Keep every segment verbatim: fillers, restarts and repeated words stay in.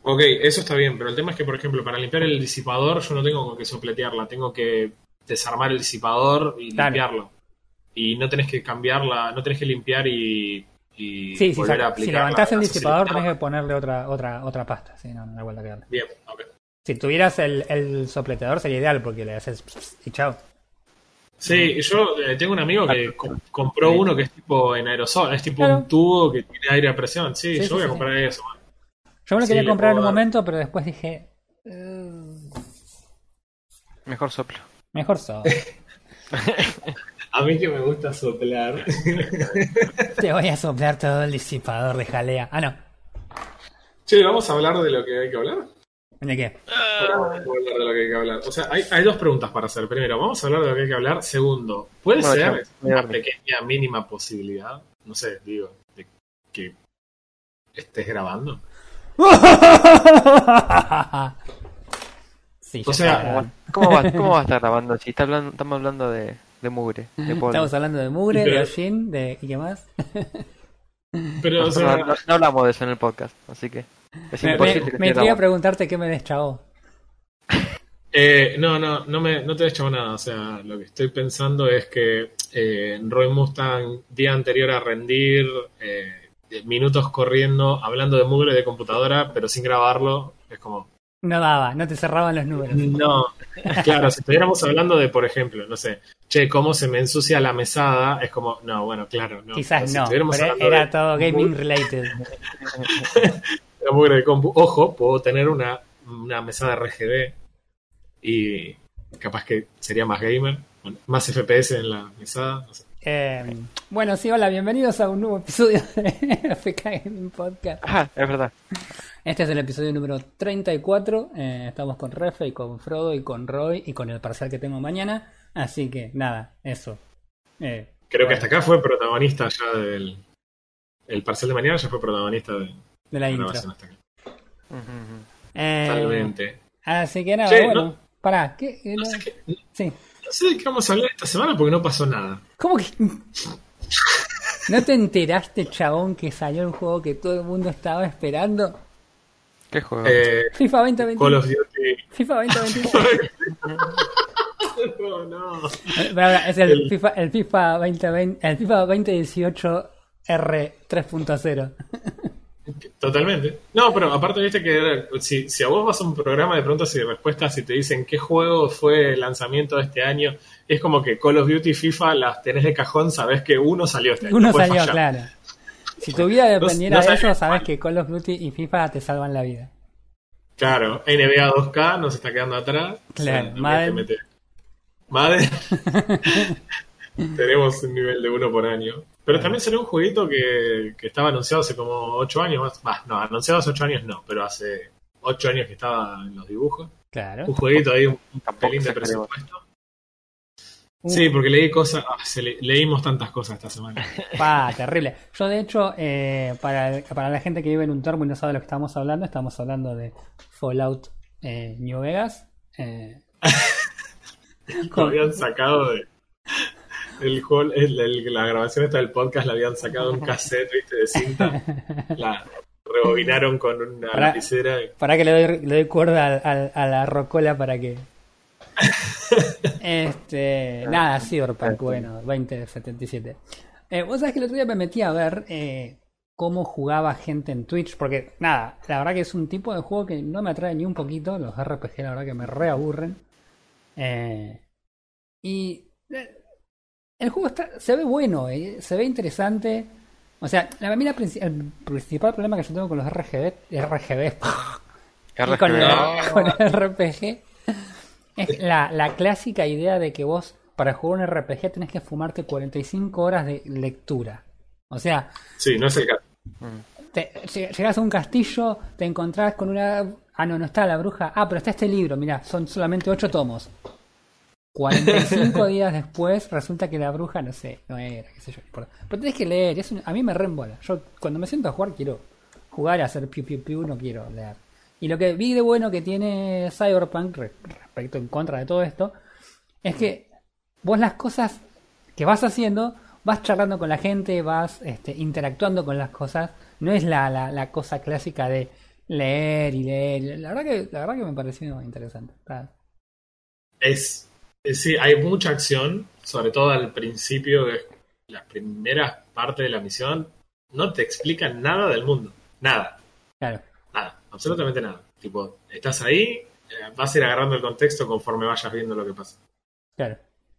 Ok, eso está bien, pero el tema es que, por ejemplo, para limpiar el disipador yo no tengo con qué sopletearla, tengo que desarmar el disipador y Claro. limpiarlo. Y no tenés que cambiarla, no tenés que limpiar y, y Sí, si, volver a sac- aplicar. si levantás el disipador tenés que ponerle otra otra otra pasta. Sí, no, no hay vuelta que darle. Bien, ok. Si tuvieras el, el sopleteador sería ideal porque le haces y chao. Sí, yo eh, tengo un amigo que com- compró uno que es tipo en aerosol, es tipo Claro. un tubo que tiene aire a presión. Sí, Sí, yo sí, voy a sí, comprar eso. man. Yo me lo Sí, quería le comprar en puedo un dar. momento, pero después dije... "Eh, Mejor soplo. mejor so. A mí que me gusta soplar. Te voy a soplar todo el disipador de jalea. Ah, no. Che, ¿vamos a hablar de lo que hay que hablar? ¿De qué? Vamos a hablar de lo que hay que hablar. O sea, hay, hay dos preguntas para hacer. Primero, ¿vamos a hablar de lo que hay que hablar? Segundo, ¿puede Bueno, ser chao, voy a una dormir. pequeña mínima posibilidad, no sé, digo, de que estés grabando? Sí, O ya sea, está grabando. ¿Cómo va, cómo va a estar grabando si está hablando, estamos hablando de, de mugre, de polvo? Estamos hablando de mugre, Pero- de hollín, de... ¿y qué más? Pero, o Nosotros sea, no, no- no hablamos de eso en el podcast, así que es Me, imposible me, que me esté intriga grabando. preguntarte qué me deschavó. eh, no, no, no me, no te he hecho nada. O sea, lo que estoy pensando es que eh, Roy Mustang, día anterior a rendir, eh, minutos corriendo, hablando de mugre de computadora, pero sin grabarlo, es como... No daba, no te cerraban los números. No, claro, si estuviéramos hablando de, por ejemplo, no sé, che, cómo se me ensucia la mesada, es como, no, bueno, claro, no. Quizás Pero si no, estuviéramos pero hablando era de todo gaming mugre- related. de mugre de compu, ojo, puedo tener una, una mesada R G B y capaz que sería más gamer, bueno, más F P S en la mesada, no sé. Eh, bueno, sí, hola, bienvenidos a un nuevo episodio de F K Gaming Podcast. Ah, es verdad. Este es el episodio número treinta y cuatro. Eh, estamos con Refe y con Frodo y con Roy y con el parcial que tengo mañana. Así que nada, eso. Eh, Creo que bueno, hasta acá fue protagonista ya del... El parcial de mañana ya fue protagonista de de la la intro. grabación hasta acá. Ujú, ujú. Eh, Totalmente. así que nada, Che, bueno. no- Pará, ¿qué? Eh, No no- sé, qué- sí. no sé de qué vamos a hablar esta semana porque no pasó nada. ¿Cómo que.? ¿No te enteraste, chabón, que salió un juego que todo el mundo estaba esperando? ¿Qué juego? Eh, FIFA veinte veinte. Call of Duty. FIFA veinte veinte. No, no. Pero ahora, es el, El- FIFA, el FIFA veinte veinte, el FIFA veinte dieciocho R tres punto cero. Totalmente. No, pero aparte viste que era- si, si a vos vas a un programa de preguntas y respuestas y te dicen qué juego fue el lanzamiento de este año, es como que Call of Duty y FIFA las tenés de cajón, sabés que uno salió este año. Uno no puede salió, fallar. claro. Si tu vida dependiera no de sabés eso, sabes cuál. que Call of Duty y FIFA te salvan la vida. Claro, N B A dos K nos está quedando atrás. Claro, O sea, Madden. mete- Madden. Tenemos un nivel de uno por año. Pero también salió un jueguito que, que estaba anunciado hace como ocho años más. Bah, no, anunciado hace ocho años no, pero hace ocho años que estaba en los dibujos. Claro. Un jueguito ahí, un Tampoco pelín de exageremos. presupuesto. Uh, Sí, porque leí cosas, ah, se le- leímos tantas cosas esta semana. pa, terrible. Yo, de hecho, eh, para, para la gente que vive en un termo y no sabe de lo que estamos hablando, estamos hablando de Fallout eh, New Vegas. Eh, Lo habían sacado de. El juego, el- el- la grabación esta del podcast la habían sacado un cassette, viste, de cinta. La rebobinaron con una Pará. lapicera. y- Para que le doy, le doy cuerda al- al- a la rocola para que. Este. Nada, Cyberpunk, bueno, veinte setenta y siete. Eh, Vos sabés que el otro día me metí a ver eh, cómo jugaba gente en Twitch, porque nada, la verdad que es un tipo de juego que no me atrae ni un poquito. Los R P G, la verdad que me reaburren. Eh, y. eh, el juego está, se ve bueno, eh, se ve interesante. O sea, la, a mí la princi- el principal problema que yo tengo con los R G B, R G B y con el, R G B. con el R P G es la, la clásica idea de que vos para jugar un R P G tenés que fumarte cuarenta y cinco horas de lectura. O sea, Sí, no es el caso. te, lleg- llegás a un castillo, te encontrás con una... Ah, no, no está la bruja. Ah, pero está este libro, mirá, son solamente ocho tomos. cuarenta y cinco días después resulta que la bruja, no sé, no era, qué sé yo. no importa. Pero tenés que leer, es un- a mí me reembola. Yo cuando me siento a jugar quiero jugar, hacer piu piu piu, no quiero leer. Y lo que vi de bueno que tiene Cyberpunk re- respecto en contra de todo esto es que vos las cosas que vas haciendo, vas charlando con la gente, vas este, interactuando con las cosas. No es la, la, la cosa clásica de leer y leer. La verdad que, la verdad que me pareció interesante. Claro. Es, es- sí, hay mucha acción, sobre todo al principio, que es la primera parte de la misión, no te explican nada del mundo. Nada, Claro, nada, absolutamente nada. Tipo, estás ahí, eh, vas a ir agarrando el contexto conforme vayas viendo lo que pasa. claro.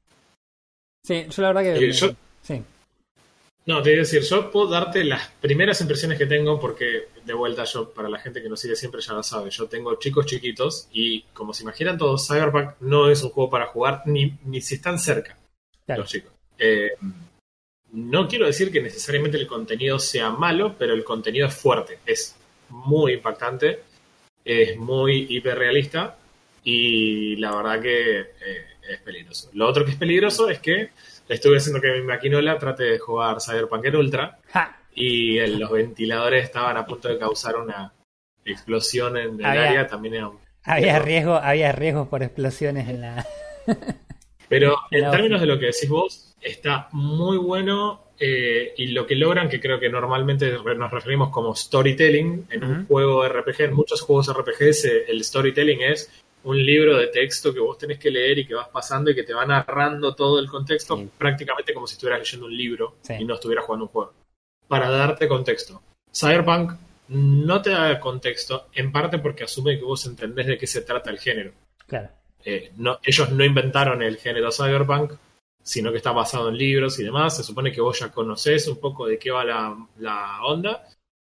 Sí, yo la verdad que... Eh, me- yo- Sí, No, te voy a decir, yo puedo darte las primeras impresiones que tengo porque, de vuelta, yo, para la gente que nos sigue siempre ya lo sabe, yo tengo chicos chiquitos y, como se imaginan todos, Cyberpunk no es un juego para jugar ni, ni si están cerca claro. los chicos. Eh, no quiero decir que necesariamente el contenido sea malo, pero el contenido es fuerte, es muy impactante, es muy hiperrealista y la verdad que eh, es peligroso. Lo otro que es peligroso es que estuve haciendo que mi maquinola trate de jugar Cyberpunk en Ultra ¡Ja! y el- los ventiladores estaban a punto de causar una explosión en el Había- área, también era un- Había pero- riesgo, había riesgos por explosiones en la... Pero en No. términos de lo que decís vos, está muy bueno eh, y lo que logran, que creo que normalmente nos referimos como storytelling en un Ujú. juego R P G, en muchos juegos R P Gs eh, el storytelling es un libro de texto que vos tenés que leer y que vas pasando y que te va narrando todo el contexto, Sí. prácticamente como si estuvieras leyendo un libro Sí. y no estuvieras jugando un juego, para darte contexto. Cyberpunk no te da contexto, en parte porque asume que vos entendés de qué se trata el género. Claro. Eh, no, ellos no inventaron el género cyberpunk, sino que está basado en libros y demás. Se supone que vos ya conocés un poco de qué va la, la onda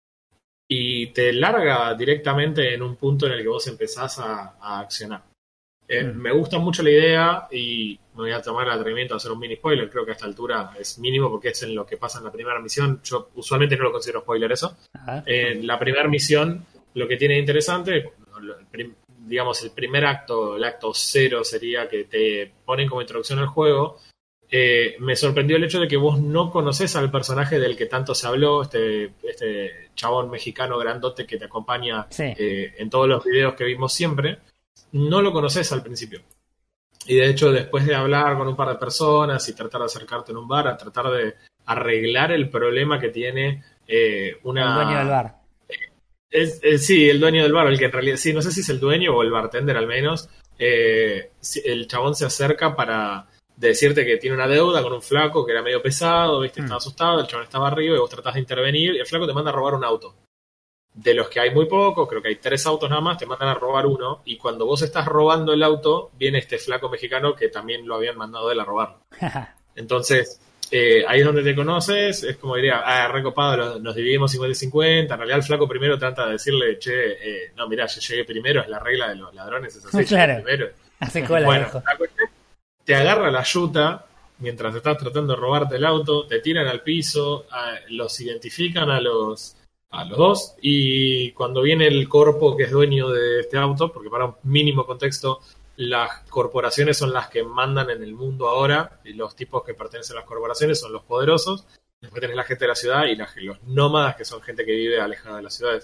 y te larga directamente en un punto en el que vos empezás a, a accionar. Eh, Mm. Me gusta mucho la idea y me voy a tomar el atrevimiento de hacer un mini spoiler. Creo que a esta altura es mínimo porque es en lo que pasa en la primera misión. Yo usualmente no lo considero spoiler eso. A ver. Eh, la primera misión, lo que tiene de interesante, lo- el prim- digamos, el primer acto, el acto cero sería que te ponen como introducción al juego. Eh, me sorprendió el hecho de que vos no conocés al personaje del que tanto se habló, este, este chabón mexicano grandote que te acompaña Sí. eh, en todos los videos que vimos siempre. No lo conoces al principio. Y de hecho, después de hablar con un par de personas y tratar de acercarte en un bar, a tratar de arreglar el problema que tiene eh, una... El dueño del bar. Es, es- sí, el dueño del bar, el que en realidad, sí, no sé si es el dueño o el bartender al menos. Eh, si- el chabón se acerca para decirte que tiene una deuda con un flaco que era medio pesado, viste, Mm. estaba asustado, el chabón estaba arriba y vos tratás de intervenir y el flaco te manda a robar un auto. De los que hay muy pocos, creo que hay tres autos nada más, te mandan a robar uno y cuando vos estás robando el auto, viene este flaco mexicano que también lo habían mandado él a robarlo. Entonces, eh, ahí es donde te conoces, es como diría, ah, recopado, lo- nos dividimos cincuenta y cincuenta, en realidad el flaco primero trata de decirle, che, eh, no, mirá, yo llegué primero, es la regla de los ladrones, es así, llegué Claro. primero. Hace cola, Bueno, viejo. la cuestión, te agarra la yuta mientras estás tratando de robarte el auto, te tiran al piso, ah, los identifican a los, a los dos, y cuando viene el corpo que es dueño de este auto, porque para un mínimo contexto, las corporaciones son las que mandan en el mundo ahora, y los tipos que pertenecen a las corporaciones son los poderosos, después tenés la gente de la ciudad y la- los nómadas, que son gente que vive alejada de las ciudades.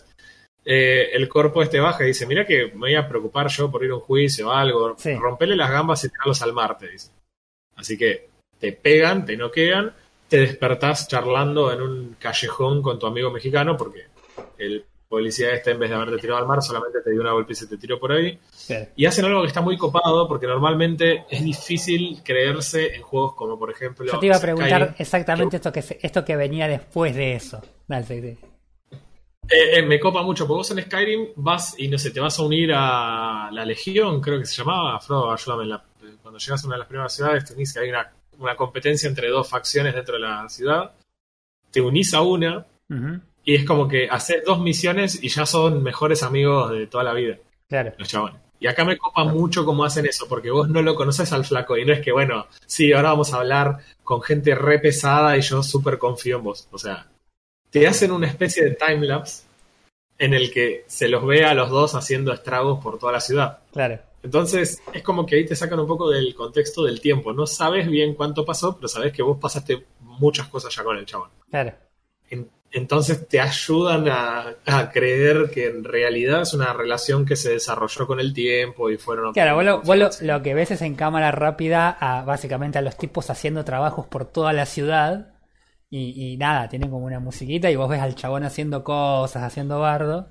Eh, el corpo este baja y dice, mira que me voy a preocupar yo por ir a un juicio o algo, Sí. rompele las gambas y tirarlos al mar, te dice. Así que te pegan, te noquean, te despertás charlando en un callejón con tu amigo mexicano, porque el policía este, en vez de haberte tirado al mar, solamente te dio una golpe y se te tiró por ahí. Claro. Y hacen algo que está muy copado, porque normalmente es difícil creerse en juegos como, por ejemplo, Yo te iba a preguntar Skyrim. exactamente esto que se- esto que venía después de eso. Dale, sí, sí. Eh, eh, me copa mucho, porque vos en Skyrim vas y no sé, te vas a unir a la Legión, creo que se llamaba. Frodo, ayúdame. en la- cuando llegas a una de las primeras ciudades, te unís, que hay una, una competencia entre dos facciones dentro de la ciudad. Te unís a una Ujú. y es como que haces dos misiones y ya son mejores amigos de toda la vida, Claro. los chabones. Y acá me copa mucho cómo hacen eso, porque vos no lo conoces al flaco y no es que, bueno, sí, ahora vamos a hablar con gente re pesada y yo súper confío en vos. O sea, te hacen una especie de timelapse en el que se los ve a los dos haciendo estragos por toda la ciudad. Claro. Entonces, es como que ahí te sacan un poco del contexto del tiempo. No sabes bien cuánto pasó, pero sabes que vos pasaste muchas cosas ya con el chabón. Claro. En- Entonces te ayudan a, a creer que en realidad es una relación que se desarrolló con el tiempo y fueron... Claro, vos, lo, vos lo- Sí. lo que ves es en cámara rápida a básicamente a los tipos haciendo trabajos por toda la ciudad y, y nada, tienen como una musiquita y vos ves al chabón haciendo cosas, haciendo bardo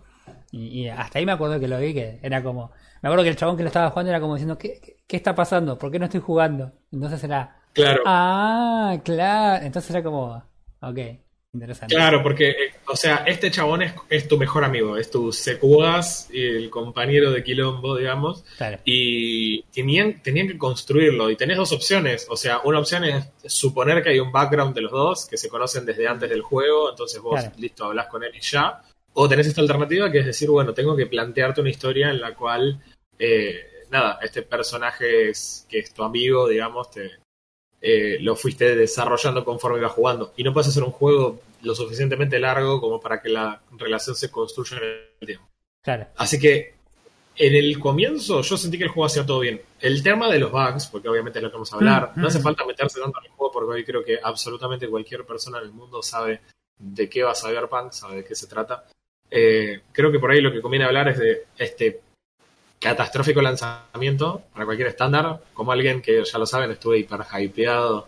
Y, y hasta ahí me acuerdo que lo vi, que era como... Me acuerdo que el chabón que lo estaba jugando era como diciendo, ¿qué, qué, qué está pasando? ¿Por qué no estoy jugando? Entonces era... Claro. Ah, claro. Entonces era como... Ok, interesante. Claro, porque, eh, o sea, este chabón es, es tu mejor amigo, es tu secuaz y el compañero de quilombo, digamos, Claro. y tenían, tenían que construirlo, y tenés dos opciones, o sea, una opción es suponer que hay un background de los dos, que se conocen desde antes del juego, entonces vos, Claro. listo, hablas con él y ya, o tenés esta alternativa que es decir, bueno, tengo que plantearte una historia en la cual, eh, nada, este personaje es, que es tu amigo, digamos, te... Eh, lo fuiste desarrollando conforme ibas jugando. Y no puedes hacer un juego lo suficientemente largo como para que la relación se construya en el tiempo. Claro. Así que en el comienzo yo sentí que el juego hacía todo bien. El tema de los bugs, porque obviamente es lo que vamos a hablar, Mm, no hace mm. falta meterse tanto en el juego porque hoy creo que absolutamente cualquier persona en el mundo sabe de qué va Cyberpunk, sabe de qué se trata. Eh, creo que por ahí lo que conviene hablar es de este catastrófico lanzamiento para cualquier estándar, como alguien que ya lo saben, estuve hiper hypeado.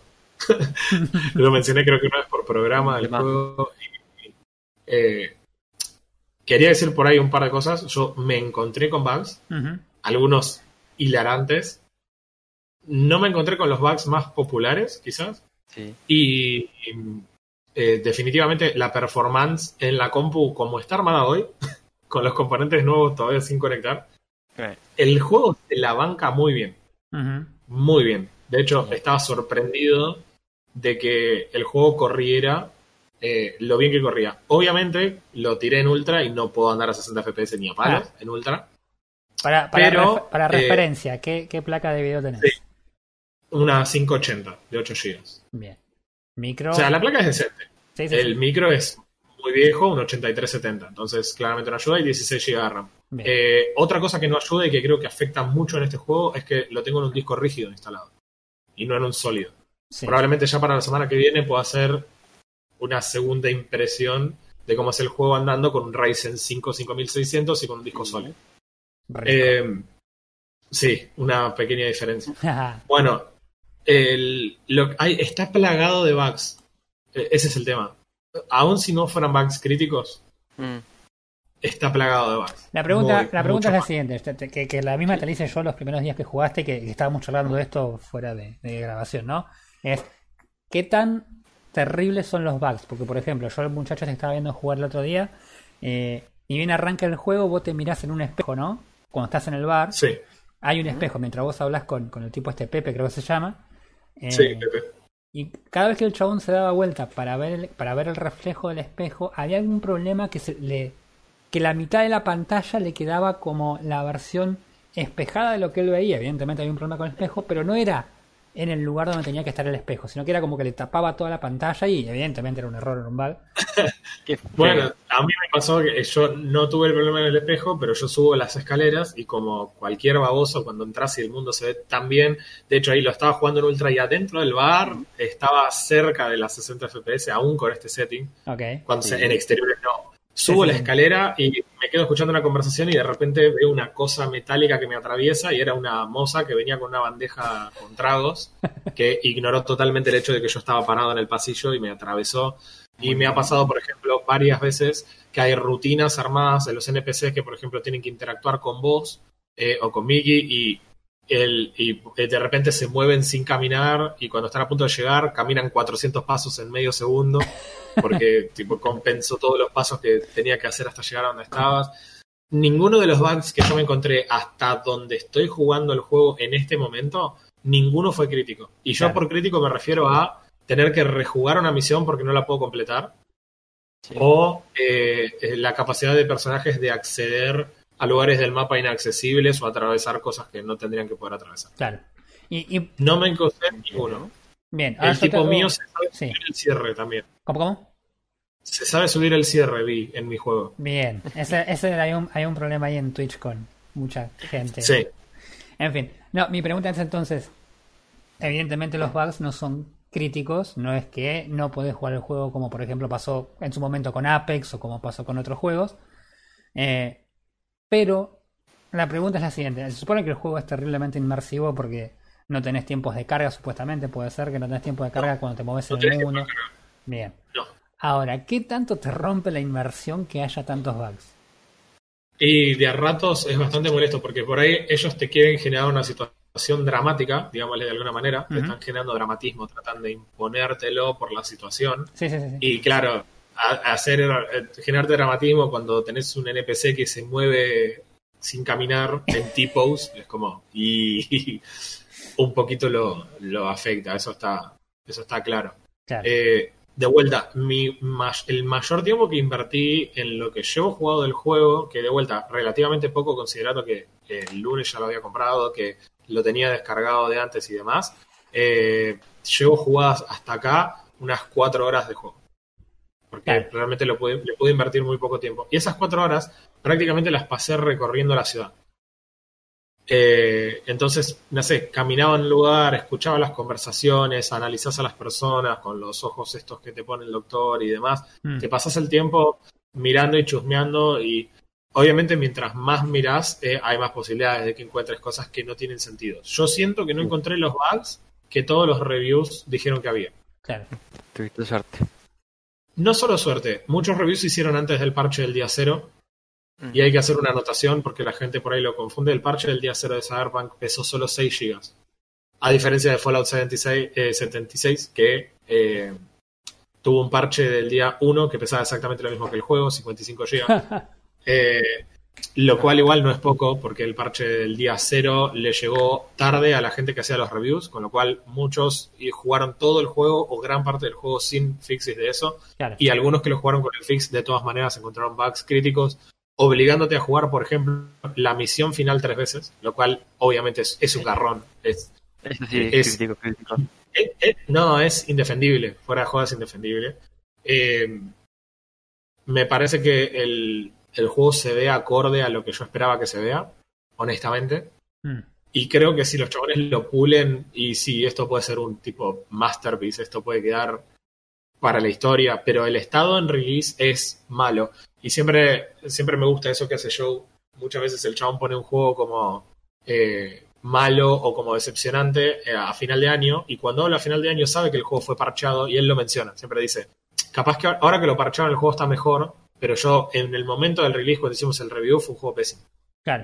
Lo mencioné creo que una vez por programa del Demás. juego. Y, eh, quería decir por ahí un par de cosas. Yo me encontré con bugs, Ujú. algunos hilarantes. No me encontré con los bugs más populares, quizás. Sí. Y eh, definitivamente la performance en la compu, como está armada hoy, con los componentes nuevos todavía sin conectar, Eh, el juego se la banca muy bien, Ujú. muy bien. De hecho, estaba sorprendido de que el juego corriera eh, lo bien que corría. Obviamente, lo tiré en ultra y no puedo andar a sesenta F P S ni a palos Ah. en ultra. Para, para, Pero, ref- para eh, referencia, ¿qué, ¿qué placa de video tenés? sí. Una quinientos ochenta de ocho gigas. Bien. Micro. O sea, la placa es decente. Sí, sí, El sí. micro es muy viejo, un ochenta y tres setenta. Entonces, claramente no ayuda y dieciséis gigas de RAM. Bien. Eh, otra cosa que no ayuda y que creo que afecta mucho en este juego es que lo tengo en un disco rígido instalado y no en un sólido. Sí. Probablemente ya para la semana que viene pueda hacer una segunda impresión de cómo es el juego andando con un Ryzen cinco cinco mil seiscientos y con un disco sólido. Rico. Eh, sí, una pequeña diferencia. Bueno, el, lo, hay, está plagado de bugs. Eh, ese es el tema. Aún si no fueran bugs críticos, mm, está plagado de bugs. La pregunta, Muy, la pregunta mucho es la más. siguiente, este, te- que, que la misma te la hice yo los primeros días que jugaste, que, que estábamos charlando de esto fuera de, de grabación, ¿no? Es, ¿qué tan terribles son los bugs? Porque, por ejemplo, yo el muchacho te estaba viendo jugar el otro día, eh, y bien arranca el juego, vos te mirás en un espejo, ¿no? Cuando estás en el bar, Sí, hay un espejo, mientras vos hablas con, con el tipo este Pepe, creo que se llama. eh, sí, Pepe. Y cada vez que el chabón se daba vuelta para ver el, para ver el reflejo del espejo, había algún problema que se le que la mitad de la pantalla le quedaba como la versión espejada de lo que él veía. Evidentemente había un problema con el espejo, pero no era en el lugar donde tenía que estar el espejo, sino que era como que le tapaba toda la pantalla y evidentemente era un error, era un bug. qué feo. Bueno, a mí me pasó que yo no tuve el problema en el espejo, pero yo subo las escaleras y como cualquier baboso cuando entras y el mundo se ve tan bien, de hecho ahí lo estaba jugando en ultra y adentro del bar estaba cerca de las sesenta F P S aún con este setting, Ok. cuando Sí. se- en exteriores no. Subo Sí, la sí. escalera y me quedo escuchando una conversación y de repente veo una cosa metálica que me atraviesa y era una moza que venía con una bandeja con tragos que ignoró totalmente el hecho de que yo estaba parado en el pasillo y me atravesó. Y me ha pasado, por ejemplo, varias veces que hay rutinas armadas de los N P Cs que, por ejemplo, tienen que interactuar con vos eh, o con Mickey y, el, y de repente se mueven sin caminar y cuando están a punto de llegar caminan cuatrocientos pasos en medio segundo porque tipo compensó todos los pasos que tenía que hacer hasta llegar a donde estabas. Ninguno de los bugs que yo me encontré hasta donde estoy jugando el juego en este momento, ninguno fue crítico. Y yo Claro. por crítico me refiero a tener que rejugar una misión porque no la puedo completar Sí. o eh, eh, la capacidad de personajes de acceder a lugares del mapa inaccesibles o atravesar cosas que no tendrían que poder atravesar. Claro. Y, y No me encontré ninguno. bien, ahora El yo tipo te hago- mío se sabe Sí. subir el cierre también. ¿Cómo, cómo? Se sabe subir el cierre, vi, en mi juego. Bien, ese, ese hay, un, hay un problema ahí en Twitch con mucha gente. Sí. En fin, no, mi pregunta es entonces, evidentemente los bugs no son críticos, no es que no podés jugar el juego como por ejemplo pasó en su momento con Apex o como pasó con otros juegos, eh, pero la pregunta es la siguiente, se supone que el juego es terriblemente inmersivo porque no tenés tiempos de carga supuestamente, puede ser que no tenés tiempo de carga cuando te mueves No en tenés el tiempo de mundo. Bien. No. Ahora, ¿qué tanto te rompe la inmersión que haya tantos bugs? Y de a ratos es bastante molesto porque por ahí ellos te quieren generar una situación dramática, digámosle de alguna manera, uh-huh. te están generando dramatismo, tratan de imponértelo por la situación. Sí, sí, sí. Y claro, a, hacer generarte dramatismo cuando tenés un N P C que se mueve sin caminar en T-pose, es como y, y un poquito lo, lo afecta, eso está, eso está claro. Claro. Eh, de vuelta, mi, el mayor tiempo que invertí en lo que llevo jugado del juego, que de vuelta, relativamente poco considerando que el lunes ya lo había comprado, que lo tenía descargado de antes y demás, eh, llevo jugadas hasta acá unas cuatro horas de juego. Porque claro. realmente lo pude, le pude invertir muy poco tiempo. Y esas cuatro horas prácticamente las pasé recorriendo la ciudad. Eh, entonces, no sé, caminaba en el lugar, escuchaba las conversaciones, analizás a las personas con los ojos estos que te pone el doctor y demás. Mm. Te pasás el tiempo mirando y chusmeando y obviamente mientras más mirás eh, hay más posibilidades de que encuentres cosas que no tienen sentido. Yo siento que no encontré los bugs que todos los reviews dijeron que había. Claro. Tuviste suerte. No solo suerte, muchos reviews se hicieron antes del parche del día cero. Y hay que hacer una anotación porque la gente por ahí lo confunde. El parche del día cero de Cyberpunk pesó solo seis gigas. A diferencia de Fallout setenta y seis, eh, setenta y seis que eh, tuvo un parche del día uno que pesaba exactamente lo mismo que el juego, cincuenta y cinco gigas. eh, lo cual igual no es poco porque el parche del día cero le llegó tarde a la gente que hacía los reviews, con lo cual muchos jugaron todo el juego o gran parte del juego sin fixes de eso. Claro. Y algunos que lo jugaron con el fix de todas maneras encontraron bugs críticos, obligándote a jugar, por ejemplo, la misión final tres veces, lo cual obviamente es, es un garrón. Es, Eso sí, es, crítico, crítico. Es, es, no, es indefendible. Fuera de juego es indefendible. Eh, me parece que el, el juego se ve acorde a lo que yo esperaba que se vea, honestamente. Mm. Y creo que si los chabones lo pulen, y sí, esto puede ser un tipo masterpiece, esto puede quedar para la historia, pero el estado en release es malo. Y siempre, siempre me gusta eso que hace Joe. Muchas veces el chabón pone un juego como eh, malo o como decepcionante eh, a final de año, y cuando habla a final de año sabe que el juego fue parchado y él lo menciona. Siempre dice, capaz que ahora que lo parcharon el juego está mejor, pero yo en el momento del release cuando hicimos el review fue un juego pésimo. Claro.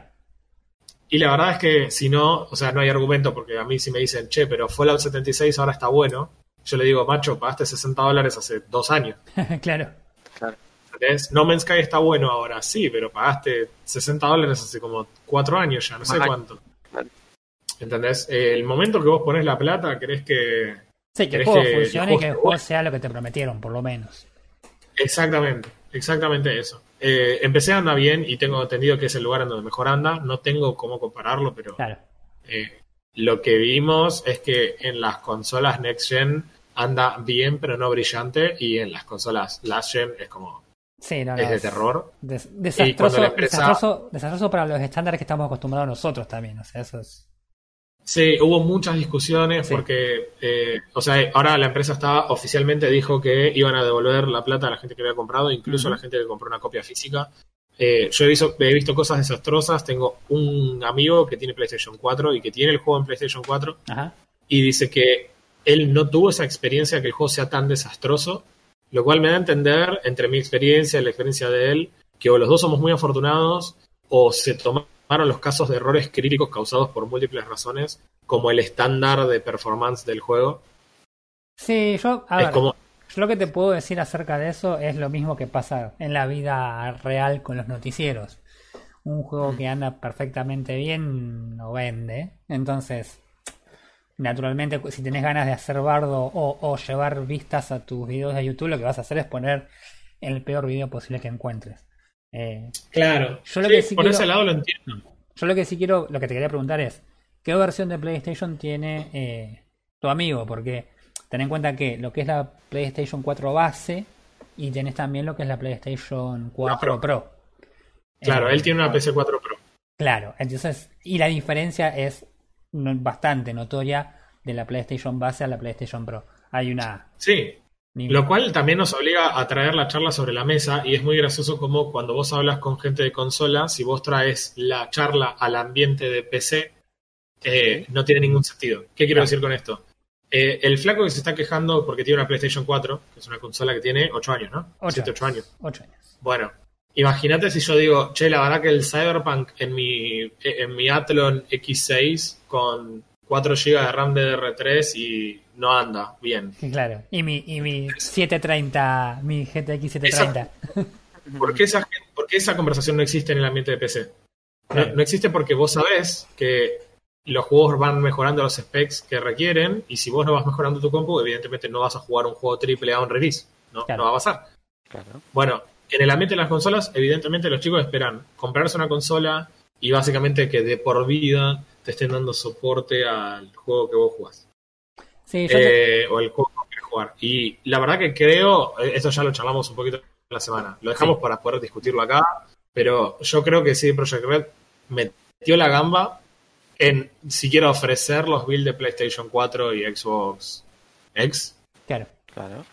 Y la verdad es que si no, o sea, no hay argumento, porque a mí si me dicen, che, pero Fallout setenta y seis ahora está bueno, yo le digo, macho, pagaste sesenta dólares hace dos años. Claro. Claro. ¿Entendés? No Man's Sky está bueno ahora, sí, pero pagaste sesenta dólares hace como cuatro años ya, no sé cuánto. ¿Entendés? Eh, el momento que vos ponés la plata, querés que... Sí, que el juego que funcione el y que el juego bueno. sea lo que te prometieron, por lo menos. Exactamente, exactamente eso. Eh, empecé a andar bien y tengo entendido que es el lugar en donde mejor anda. No tengo cómo compararlo, pero... Claro. Eh, lo que vimos es que en las consolas Next Gen anda bien, pero no brillante, y en las consolas Last Gen es como... Sí, no, no, es de terror. Des, desastroso, y empresa... desastroso, desastroso para los estándares que estamos acostumbrados nosotros también. O sea, eso es... Sí, hubo muchas discusiones sí. porque, eh, o sea, ahora la empresa estaba oficialmente dijo que iban a devolver la plata a la gente que había comprado, incluso uh-huh. a la gente que compró una copia física. Eh, yo he visto, he visto cosas desastrosas. Tengo un amigo que tiene PlayStation cuatro y que tiene el juego en PlayStation cuatro uh-huh. y dice que él no tuvo esa experiencia que el juego sea tan desastroso, lo cual me da a entender, entre mi experiencia y la experiencia de él, que o los dos somos muy afortunados o se tomaron los casos de errores críticos causados por múltiples razones como el estándar de performance del juego. Sí, yo, a es ver, como... yo lo que te puedo decir acerca de eso es lo mismo que pasa en la vida real con los noticieros. Un juego mm. que anda perfectamente bien no vende, entonces... Naturalmente, si tenés ganas de hacer bardo o, o llevar vistas a tus videos de YouTube, lo que vas a hacer es poner el peor video posible que encuentres. Eh, claro. Yo lo sí, que sí por quiero, ese lado lo entiendo. Yo lo que sí quiero, lo que te quería preguntar es, ¿qué versión de PlayStation tiene eh, tu amigo? Porque ten en cuenta que lo que es la PlayStation cuatro base y tenés también lo que es la PlayStation cuatro Pro. Claro, eh, él tiene una P C cuatro Pro. Claro, entonces, y la diferencia es bastante notoria de la PlayStation base a la PlayStation Pro. Hay una... Sí, lo cual también nos obliga a traer la charla sobre la mesa, y es muy gracioso como cuando vos hablas con gente de consola, si vos traes la charla al ambiente de P C, eh, no tiene ningún sentido. ¿Qué quiero claro. decir con esto? Eh, el flaco que se está quejando porque tiene una PlayStation cuatro, que es una consola que tiene ocho años, ¿no? siete, ocho años. ocho años. Bueno, imagínate si yo digo, che, la verdad que el Cyberpunk en mi, en mi Athlon equis seis con cuatro gigas de RAM D D R tres y no anda bien. Claro, y mi, y mi setecientos treinta, mi G T X setecientos treinta. Esa, ¿por, qué esa, ¿Por qué esa conversación no existe en el ambiente de P C? Claro. No, no existe porque vos sabés que los juegos van mejorando los specs que requieren y si vos no vas mejorando tu compu, evidentemente no vas a jugar un juego triple A on release. No, claro. no va a pasar. Claro. Bueno, en el ambiente de las consolas, evidentemente los chicos esperan comprarse una consola y básicamente que de por vida te estén dando soporte al juego que vos jugás. Sí, yo eh, te... o el juego que querés jugar. Y la verdad que creo, esto ya lo charlamos un poquito la semana, lo dejamos sí. para poder discutirlo acá, pero yo creo que sí, Projekt Red metió la gamba en si quiero ofrecer los builds de PlayStation cuatro y Xbox X. Claro. Claro.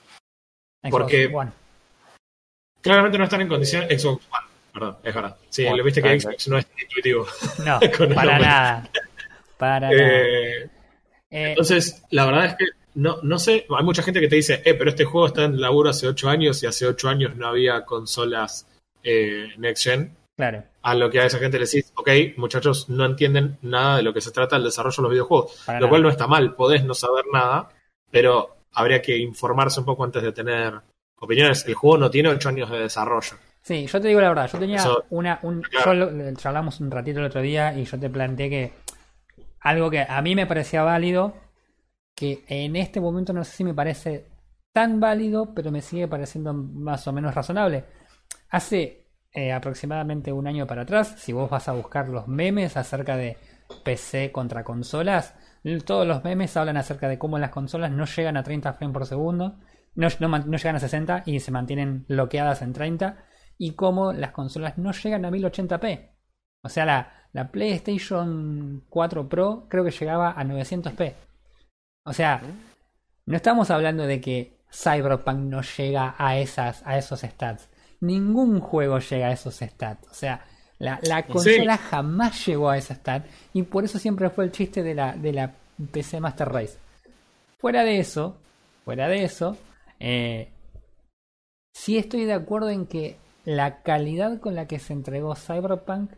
Porque Xbox One. Claramente no están en condiciones. Xbox One, perdón, es verdad. Sí, One, lo viste que claro. Xbox no es intuitivo. No, para nada. Para eh, nada. Eh, entonces, la verdad es que no, no sé, hay mucha gente que te dice, eh, pero este juego está en laburo hace ocho años y hace ocho años no había consolas eh, Next Gen. Claro. A lo que a esa gente le decís, ok, muchachos, no entienden nada de lo que se trata el desarrollo de los videojuegos. Para lo nada. cual no está mal, podés no saber nada, pero habría que informarse un poco antes de tener opiniones. El juego no tiene ocho años de desarrollo. Sí, yo te digo la verdad, yo tenía Eso, una... Un, claro. Yo lo, charlamos un ratito el otro día y yo te planteé que algo que a mí me parecía válido, que en este momento no sé si me parece tan válido, pero me sigue pareciendo más o menos razonable. Hace eh, aproximadamente un año para atrás, si vos vas a buscar los memes acerca de P C contra consolas, todos los memes hablan acerca de cómo las consolas no llegan a treinta frames por segundo, no, no, no llegan a sesenta y se mantienen bloqueadas en treinta, y cómo las consolas no llegan a mil ochenta p. O sea, la, la PlayStation cuatro Pro creo que llegaba a novecientos p. O sea, no estamos hablando de que Cyberpunk no llega a esas, a esos stats. Ningún juego llega a esos stats. O sea, la, la consola sí. jamás llegó a ese stat. Y por eso siempre fue el chiste de la, de la P C Master Race. Fuera de eso, fuera de eso, eh, sí estoy de acuerdo en que la calidad con la que se entregó Cyberpunk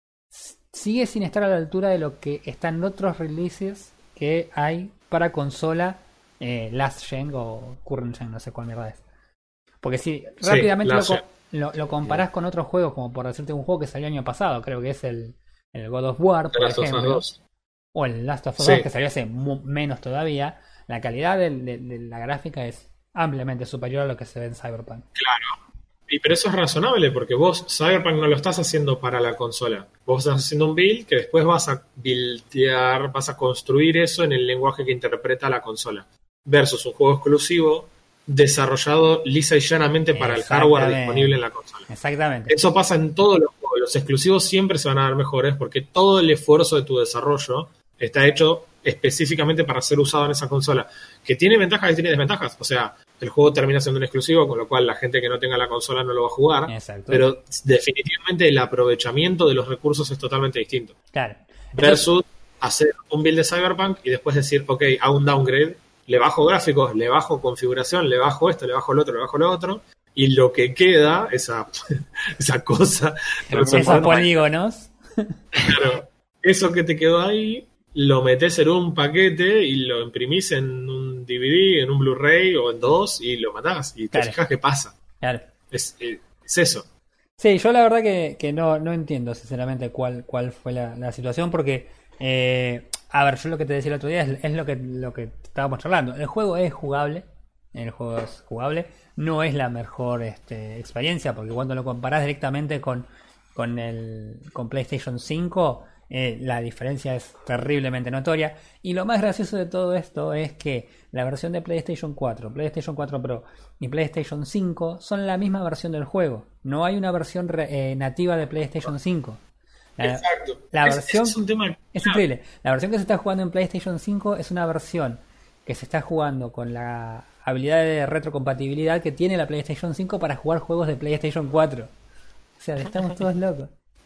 sigue sin estar a la altura de lo que están otros releases que hay para consola eh, Last Gen o Current Gen, no sé cuál mierda es. Porque si sí, rápidamente lo, lo, lo comparás yeah. con otros juegos, como por decirte un juego que salió el año pasado, creo que es el, el God of War, por Last ejemplo, of o el Last of Us sí. dos, que salió hace menos todavía, la calidad de, de, de la gráfica es ampliamente superior a lo que se ve en Cyberpunk. Claro. Y pero eso es razonable porque vos Cyberpunk no lo estás haciendo para la consola. Vos estás haciendo un build que después vas a buildear, vas a construir eso en el lenguaje que interpreta la consola. Versus un juego exclusivo desarrollado lisa y llanamente para el hardware disponible en la consola. Exactamente. Eso pasa en todos los juegos. Los exclusivos siempre se van a ver mejores porque todo el esfuerzo de tu desarrollo está hecho específicamente para ser usado en esa consola. Que tiene ventajas y tiene desventajas. O sea, el juego termina siendo un exclusivo, con lo cual la gente que no tenga la consola no lo va a jugar. Exacto. Pero definitivamente el aprovechamiento de los recursos es totalmente distinto. Claro. Versus hacer un build de Cyberpunk y después decir, ok, hago un downgrade, le bajo gráficos, le bajo configuración, le bajo esto, le bajo lo otro, le bajo lo otro, y lo que queda, esa, esa cosa... Esos polígonos. Claro, eso que te quedó ahí... lo metés en un paquete y lo imprimís en un D V D, en un Blu-ray o en dos y lo matás y te claro. fijas qué pasa. Claro. Es, es eso. Sí, yo la verdad que, que no, no entiendo sinceramente cuál, cuál fue la, la situación porque, eh, a ver, yo lo que te decía el otro día es, es lo que lo que estábamos charlando. El juego es jugable, el juego es jugable, no es la mejor este, experiencia porque cuando lo comparás directamente con, con, el, con PlayStation cinco... Eh, la diferencia es terriblemente notoria y lo más gracioso de todo esto es que la versión de PlayStation cuatro, PlayStation cuatro Pro y PlayStation cinco son la misma versión del juego, no hay una versión re, eh, nativa de PlayStation cinco. La, Exacto. La es, versión es, un tema... es increíble. La versión que se está jugando en PlayStation cinco es una versión que se está jugando con la habilidad de retrocompatibilidad que tiene la PlayStation cinco para jugar juegos de PlayStation cuatro. O sea, estamos todos locos.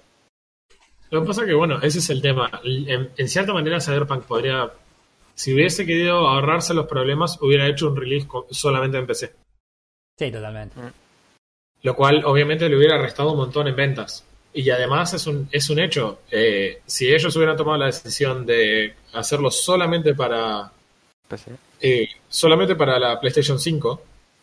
Lo que pasa es que, bueno, ese es el tema. En, en cierta manera, Cyberpunk podría, si hubiese querido ahorrarse los problemas, hubiera hecho un release con, solamente en P C. Sí, totalmente. Lo cual obviamente le hubiera restado un montón en ventas. Y además es un, es un hecho. Eh, si ellos hubieran tomado la decisión de hacerlo solamente para P C. eh, solamente para la PlayStation cinco,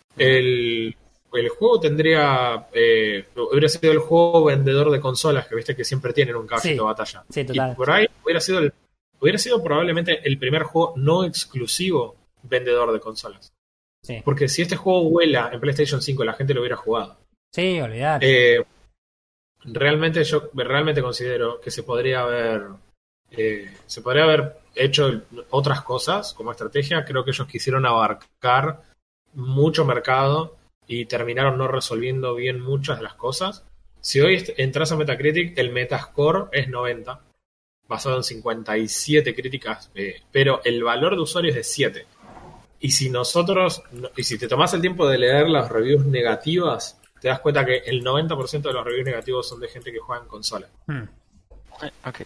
el, el juego tendría eh, hubiera sido el juego vendedor de consolas, que viste que siempre tienen un caballito Sí. de batalla. Sí, total. Y por ahí hubiera sido el, hubiera sido probablemente el primer juego no exclusivo vendedor de consolas. Sí, Porque si este juego vuela en PlayStation cinco, la gente lo hubiera jugado. sí, olvidate. Eh, realmente yo realmente considero que se podría haber eh, se podría haber hecho otras cosas como estrategia. Creo que ellos quisieron abarcar mucho mercado y terminaron no resolviendo bien muchas de las cosas. Si hoy est- entras a Metacritic, el Metascore es noventa, basado en cincuenta y siete críticas, eh, pero el valor de usuario es de siete. Y si nosotros, no- y si te tomás el tiempo de leer las reviews negativas, te das cuenta que el noventa por ciento de los reviews negativos son de gente que juega en consola. Hmm. Eh, ok.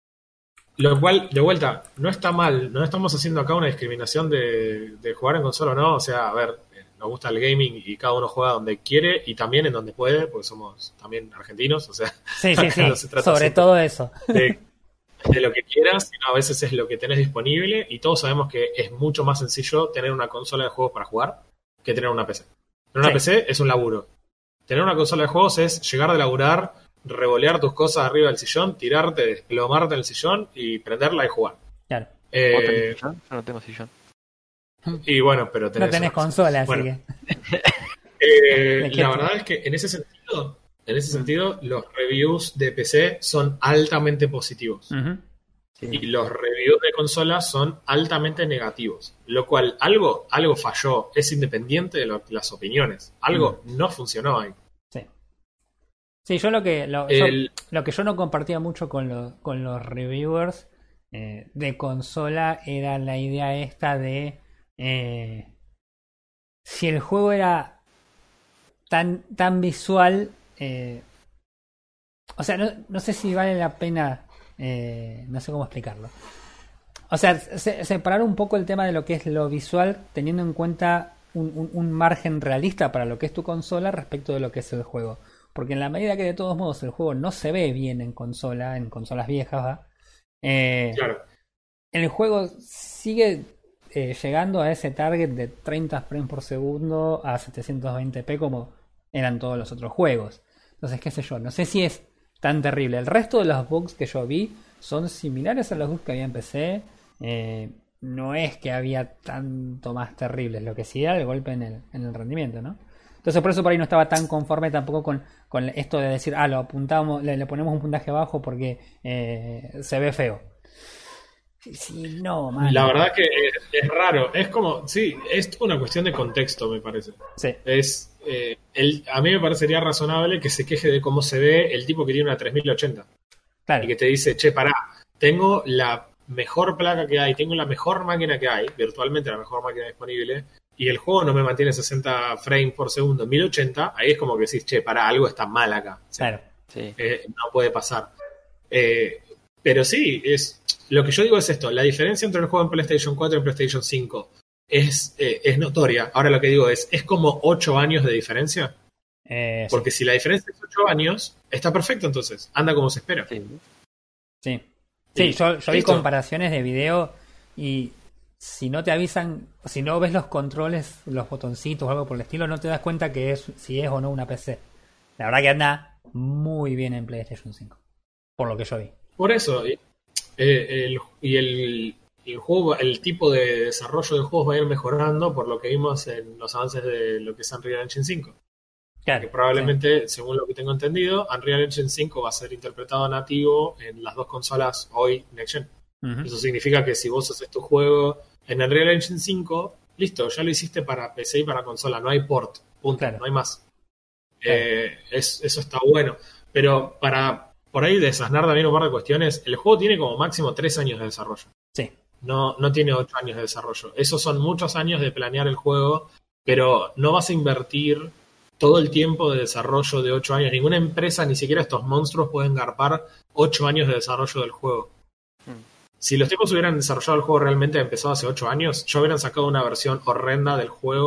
Lo cual, de vuelta, no está mal. No estamos haciendo acá una discriminación de, de jugar en consola o no. O sea, a ver, eh, nos gusta el gaming y cada uno juega donde quiere y también en donde puede, porque somos también argentinos. O sea, Sí, sí, acá sí. no se trata Sobre siempre todo eso. de, de lo que quieras, sino a veces es lo que tenés disponible. Y todos sabemos que es mucho más sencillo tener una consola de juegos para jugar que tener una P C. Tener una Sí. P C es un laburo. Tener una consola de juegos es llegar de laburar, revolear tus cosas arriba del sillón, tirarte, desplomarte en el sillón y prenderla y jugar. Claro. ¿Vos Eh, tenés sillón? Yo no tengo sillón. y bueno, pero tenés, No tenés una cosa. consola, así Bueno, que. eh, ¿De qué la te- verdad es que en ese sentido, en ese sentido, los reviews de P C son altamente positivos. Ujú. Sí. Y los reviews de consolas son altamente negativos. Lo cual, algo, algo falló. Es independiente de lo- las opiniones. Algo no funcionó ahí. Sí. Sí, yo lo que lo, yo- El- lo que yo no compartía mucho con los, con los reviewers eh, de consola era la idea esta de eh, si el juego era tan, tan visual, eh, o sea, no, no sé si vale la pena, eh, no sé cómo explicarlo. O sea, se- separar un poco el tema de lo que es lo visual, teniendo en cuenta un, un- un margen realista para lo que es tu consola respecto de lo que es el juego. Porque en la medida que de todos modos el juego no se ve bien en consola, en consolas viejas, ¿va? Eh, claro. el juego sigue eh, llegando a ese target de treinta frames por segundo a setecientos veinte p como eran todos los otros juegos. Entonces, qué sé yo, no sé si es tan terrible. El resto de los bugs que yo vi son similares a los bugs que había en P C. Eh, no es que había tanto más terribles, lo que sí era el golpe en el, en el rendimiento, ¿no? Entonces por eso por ahí no estaba tan conforme tampoco con, con esto de decir, ah, lo apuntamos, le, le ponemos un puntaje bajo porque eh, se ve feo. Sí, no, man. La verdad que es, es raro. Es como, sí, es una cuestión de contexto, me parece. Sí, Es, eh, el, a mí me parecería razonable que se queje de cómo se ve el tipo que tiene una tres mil ochenta. claro. Y que te dice, che, pará, tengo la mejor placa que hay, tengo la mejor máquina que hay, virtualmente la mejor máquina disponible, y el juego no me mantiene sesenta frames por segundo, mil ochenta, ahí es como que decís, che, pará, algo está mal acá. O sea, Claro. Sí. eh, no puede pasar. Eh, pero sí, es lo que yo digo es esto, la diferencia entre el juego en PlayStation cuatro y en PlayStation cinco es, eh, es notoria. Ahora lo que digo es, ¿es como ocho años de diferencia? Eh, Porque si la diferencia es ocho años, está perfecto entonces, anda como se espera. Sí. sí. Sí, yo, yo vi Listo. comparaciones de video y si no te avisan, si no ves los controles, los botoncitos o algo por el estilo, no te das cuenta que es si es o no una P C. La verdad que anda muy bien en PlayStation cinco, por lo que yo vi. Por eso, y, eh, el, y el, el juego, el tipo de desarrollo de juegos va a ir mejorando por lo que vimos en los avances de lo que es Unreal Engine cinco. Claro, Que probablemente, según lo que tengo entendido, Unreal Engine cinco va a ser interpretado nativo en las dos consolas hoy Next Gen. sí. Ujú. Eso significa que si vos haces tu juego en Unreal Engine cinco, listo, ya lo hiciste para P C y para consola, no hay port, punto, Claro. no hay más. Claro. Eh, es, eso está bueno. Pero para por ahí desasnar también un par de cuestiones, el juego tiene como máximo tres años de desarrollo. Sí, No, no tiene ocho años de desarrollo. Esos son muchos años de planear el juego, pero no vas a invertir todo el tiempo de desarrollo de ocho años. Ninguna empresa, ni siquiera estos monstruos, pueden garpar ocho años de desarrollo del juego. Mm. Si los tipos hubieran desarrollado el juego realmente empezado hace ocho años, ya hubieran sacado una versión horrenda del juego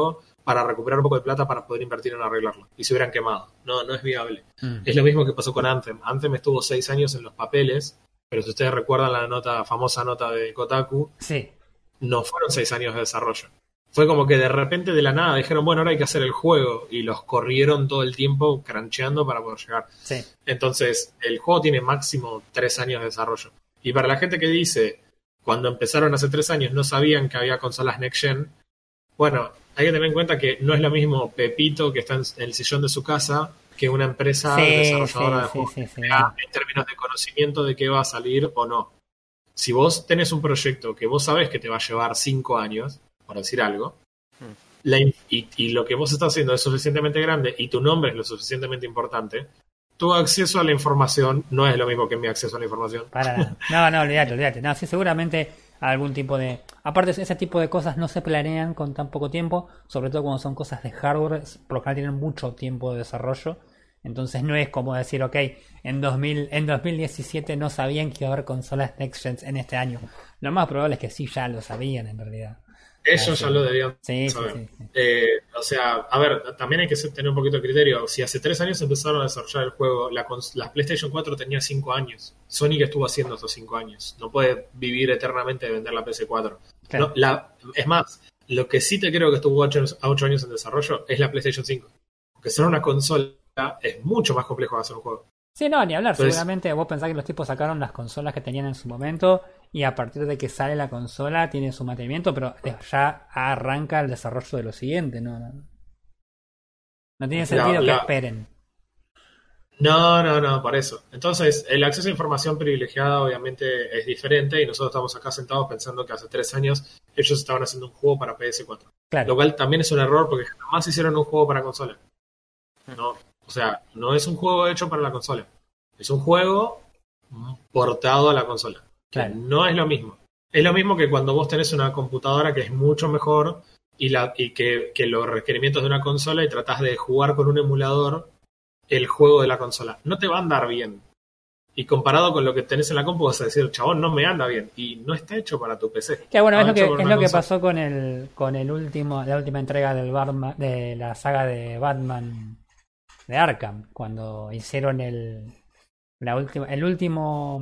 para recuperar un poco de plata para poder invertir en arreglarlo. Y se hubieran quemado. No, no es viable. Mm. Es lo mismo que pasó con Anthem. Anthem estuvo seis años en los papeles, pero si ustedes recuerdan la nota, famosa nota de Kotaku, Sí. no fueron seis años de desarrollo. Fue como que de repente de la nada dijeron, bueno, ahora hay que hacer el juego. Y los corrieron todo el tiempo crancheando para poder llegar. Sí. Entonces, el juego tiene máximo tres años de desarrollo. Y para la gente que dice, cuando empezaron hace tres años no sabían que había consolas Next Gen, bueno, hay que tener en cuenta que no es lo mismo Pepito que está en el sillón de su casa que una empresa Sí, desarrolladora sí, de sí, juegos sí, sí. en términos de conocimiento de qué va a salir o no. Si vos tenés un proyecto que vos sabés que te va a llevar cinco años, por decir algo, Hmm. la in- y, y lo que vos estás haciendo es suficientemente grande y tu nombre es lo suficientemente importante, tu acceso a la información no es lo mismo que mi acceso a la información. Para nada. No, no, olvídate, olvídate. No, sí, seguramente algún tipo de... Aparte, ese tipo de cosas no se planean con tan poco tiempo, sobre todo cuando son cosas de hardware, por lo general tienen mucho tiempo de desarrollo. Entonces no es como decir, ok, en, dos mil, en dos mil diecisiete no sabían que iba a haber consolas Next Gen en este año. Lo más probable es que sí, ya lo sabían en realidad. Ellos ya lo debían Sí, sí, saber. sí, sí. Eh, o sea, a ver, también hay que ser- tener un poquito de criterio. Si hace tres años empezaron a desarrollar el juego, la, cons- la PlayStation cuatro tenía cinco años. Sony, que estuvo haciendo esos cinco años? No puede vivir eternamente de vender la P S cuatro. Claro. No, la, es más, lo que sí te creo que estuvo ocho años en desarrollo es la PlayStation cinco. Porque ser una consola es mucho más complejo que hacer un juego. Sí, no, ni hablar. Entonces- Seguramente vos pensás que los tipos sacaron las consolas que tenían en su momento y a partir de que sale la consola tiene su mantenimiento, pero ya arranca el desarrollo de lo siguiente, ¿no? No, no tiene sentido La- que la- esperen. No, no, no, por eso. Entonces, el acceso a información privilegiada obviamente es diferente y nosotros estamos acá sentados pensando que hace tres años ellos estaban haciendo un juego para P S cuatro. Claro. Lo cual también es un error porque jamás hicieron un juego para consola. No, o sea, no es un juego hecho para la consola. Es un juego portado a la consola. Que Claro. no es lo mismo. Es lo mismo que cuando vos tenés una computadora que es mucho mejor y, la, y que, que los requerimientos de una consola y tratás de jugar con un emulador el juego de la consola. No te va a andar bien. Y comparado con lo que tenés en la compu vas a decir, chabón, no me anda bien. Y no está hecho para tu P C. Que bueno, es Está lo que, hecho para es una lo que consola. pasó con el con el último la última entrega del Batman, de la saga de Batman de Arkham, cuando hicieron el la última el último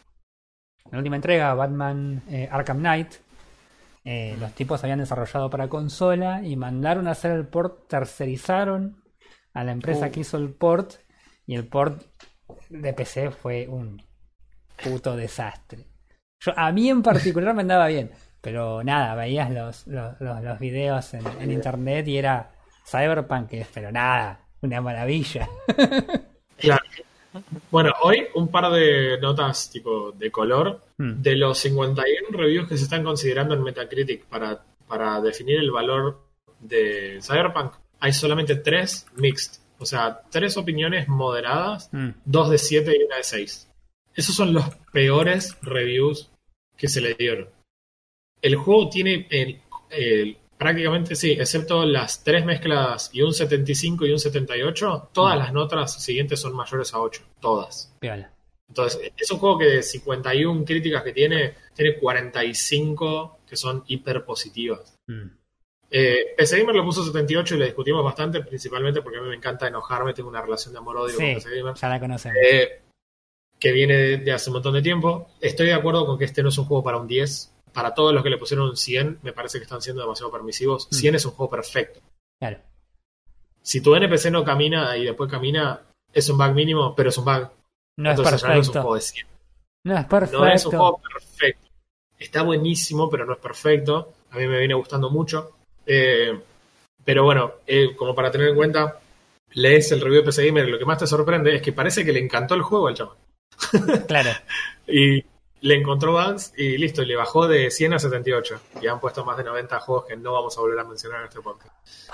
la última entrega, Batman eh, Arkham Knight. Eh, los tipos habían desarrollado para consola y mandaron a hacer el port, tercerizaron a la empresa Uh. que hizo el port y el port de P C fue un puto desastre. Yo, a mí en particular me andaba bien, pero nada, veías los, los, los, los videos en, en internet y era Cyberpunk, que- pero nada, una maravilla. Claro. Bueno, hoy un par de notas tipo de color. Hmm. De los cincuenta y uno reviews que se están considerando en Metacritic para, para definir el valor de Cyberpunk, hay solamente tres mixed. O sea, tres opiniones moderadas, Mm. dos de siete y una de seis. Esos son los peores reviews que se le dieron. El juego tiene el, el- prácticamente, sí, excepto las tres mezcladas y un setenta y cinco y un setenta y ocho, todas Mm. las notas siguientes son mayores a ocho. Todas. Piola. Entonces, es un juego que de cincuenta y una críticas que tiene, tiene cuarenta y cinco que son hiper positivas. Mm. Eh, P C Gamer lo puso setenta y ocho y le discutimos bastante, principalmente porque a mí me encanta enojarme, tengo una relación de amor-odio con Sí, P C Gamer, ya la conocemos. eh, que viene de, de hace un montón de tiempo. Estoy de acuerdo con que este no es un juego para un diez. Para todos los que le pusieron un cien, me parece que están siendo demasiado permisivos. Mm. cien es un juego perfecto. Claro. Si tu N P C no camina y después camina, es un bug mínimo, pero es un bug. No es Entonces ya no es un perfecto. juego de cien. No es perfecto. No es un juego perfecto. Está buenísimo, pero no es perfecto. A mí me viene gustando mucho. Eh, pero bueno, eh, como para tener en cuenta, lees el review de P C Gamer y lo que más te sorprende es que parece que le encantó el juego al chaval. Claro. Y le encontró bugs y listo, y le bajó de cien a setenta y ocho. Y han puesto más de noventa juegos que no vamos a volver a mencionar en este podcast.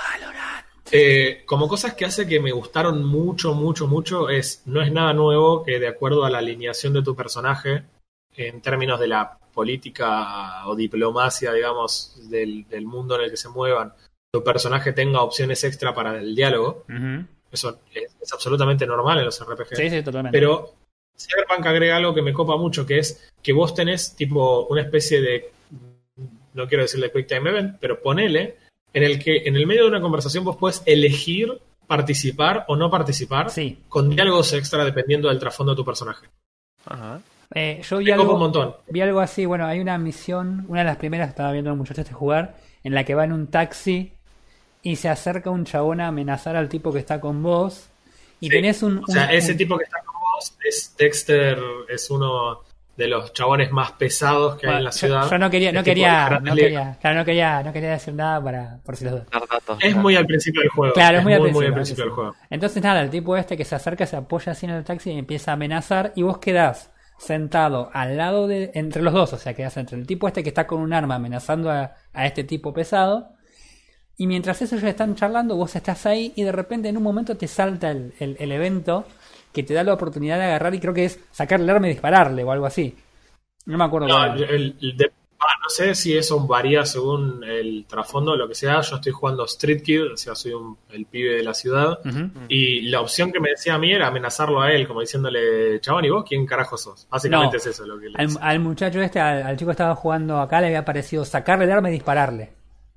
Eh, como cosas que hace que me gustaron mucho, mucho, mucho, es no es nada nuevo que de acuerdo a la alineación de tu personaje, en términos de la política o diplomacia, digamos, del, del mundo en el que se muevan, tu personaje tenga opciones extra para el diálogo. Ujú. Eso es, es absolutamente normal en los R P G. Sí, sí, totalmente. Pero Cyberpunk agrega algo que me copa mucho, que es que vos tenés tipo una especie de, no quiero decirle Quick Time Event, pero ponele en el que en el medio de una conversación vos podés elegir participar o no participar Sí. con diálogos extra dependiendo del trasfondo de tu personaje. Ajá. Eh, yo vi Me copa algo, un montón. vi algo así, bueno, hay una misión, una de las primeras que estaba viendo el muchacho este jugar, en la que va en un taxi y se acerca un chabón a amenazar al tipo que está con vos y Sí. tenés un... O sea, un- ese un- tipo que está con vos es Dexter, es uno de los chabones más pesados que hay Bueno, en la yo, ciudad. yo no quería, no Es tipo quería, Grandes no Ligas. quería, claro, no quería, no quería decir nada para, por si los dudas. Dar datos. Es claro. muy al principio del juego. Claro, es muy al muy, principio, muy al al principio del principio. juego. Entonces nada, el tipo este que se acerca se apoya así en el taxi y empieza a amenazar y vos quedás sentado al lado de, entre los dos, o sea, quedás entre el tipo este que está con un arma amenazando a, a este tipo pesado y mientras ellos están charlando vos estás ahí y de repente en un momento te salta el, el, el evento que te da la oportunidad de agarrar y creo que es sacarle el arma y dispararle o algo así. No me acuerdo No, cuál era. el- el de- ah, no sé si eso varía según el trasfondo o lo que sea. Yo estoy jugando Street Kid, o sea, soy un- el pibe de la ciudad. Ujú. Y la opción que me decía a mí era amenazarlo a él, como diciéndole, chabón, ¿y vos quién carajo sos? Básicamente No. es eso lo que le Al, decía. al muchacho este, al, al chico que estaba jugando acá, le había parecido sacarle el arma y dispararle.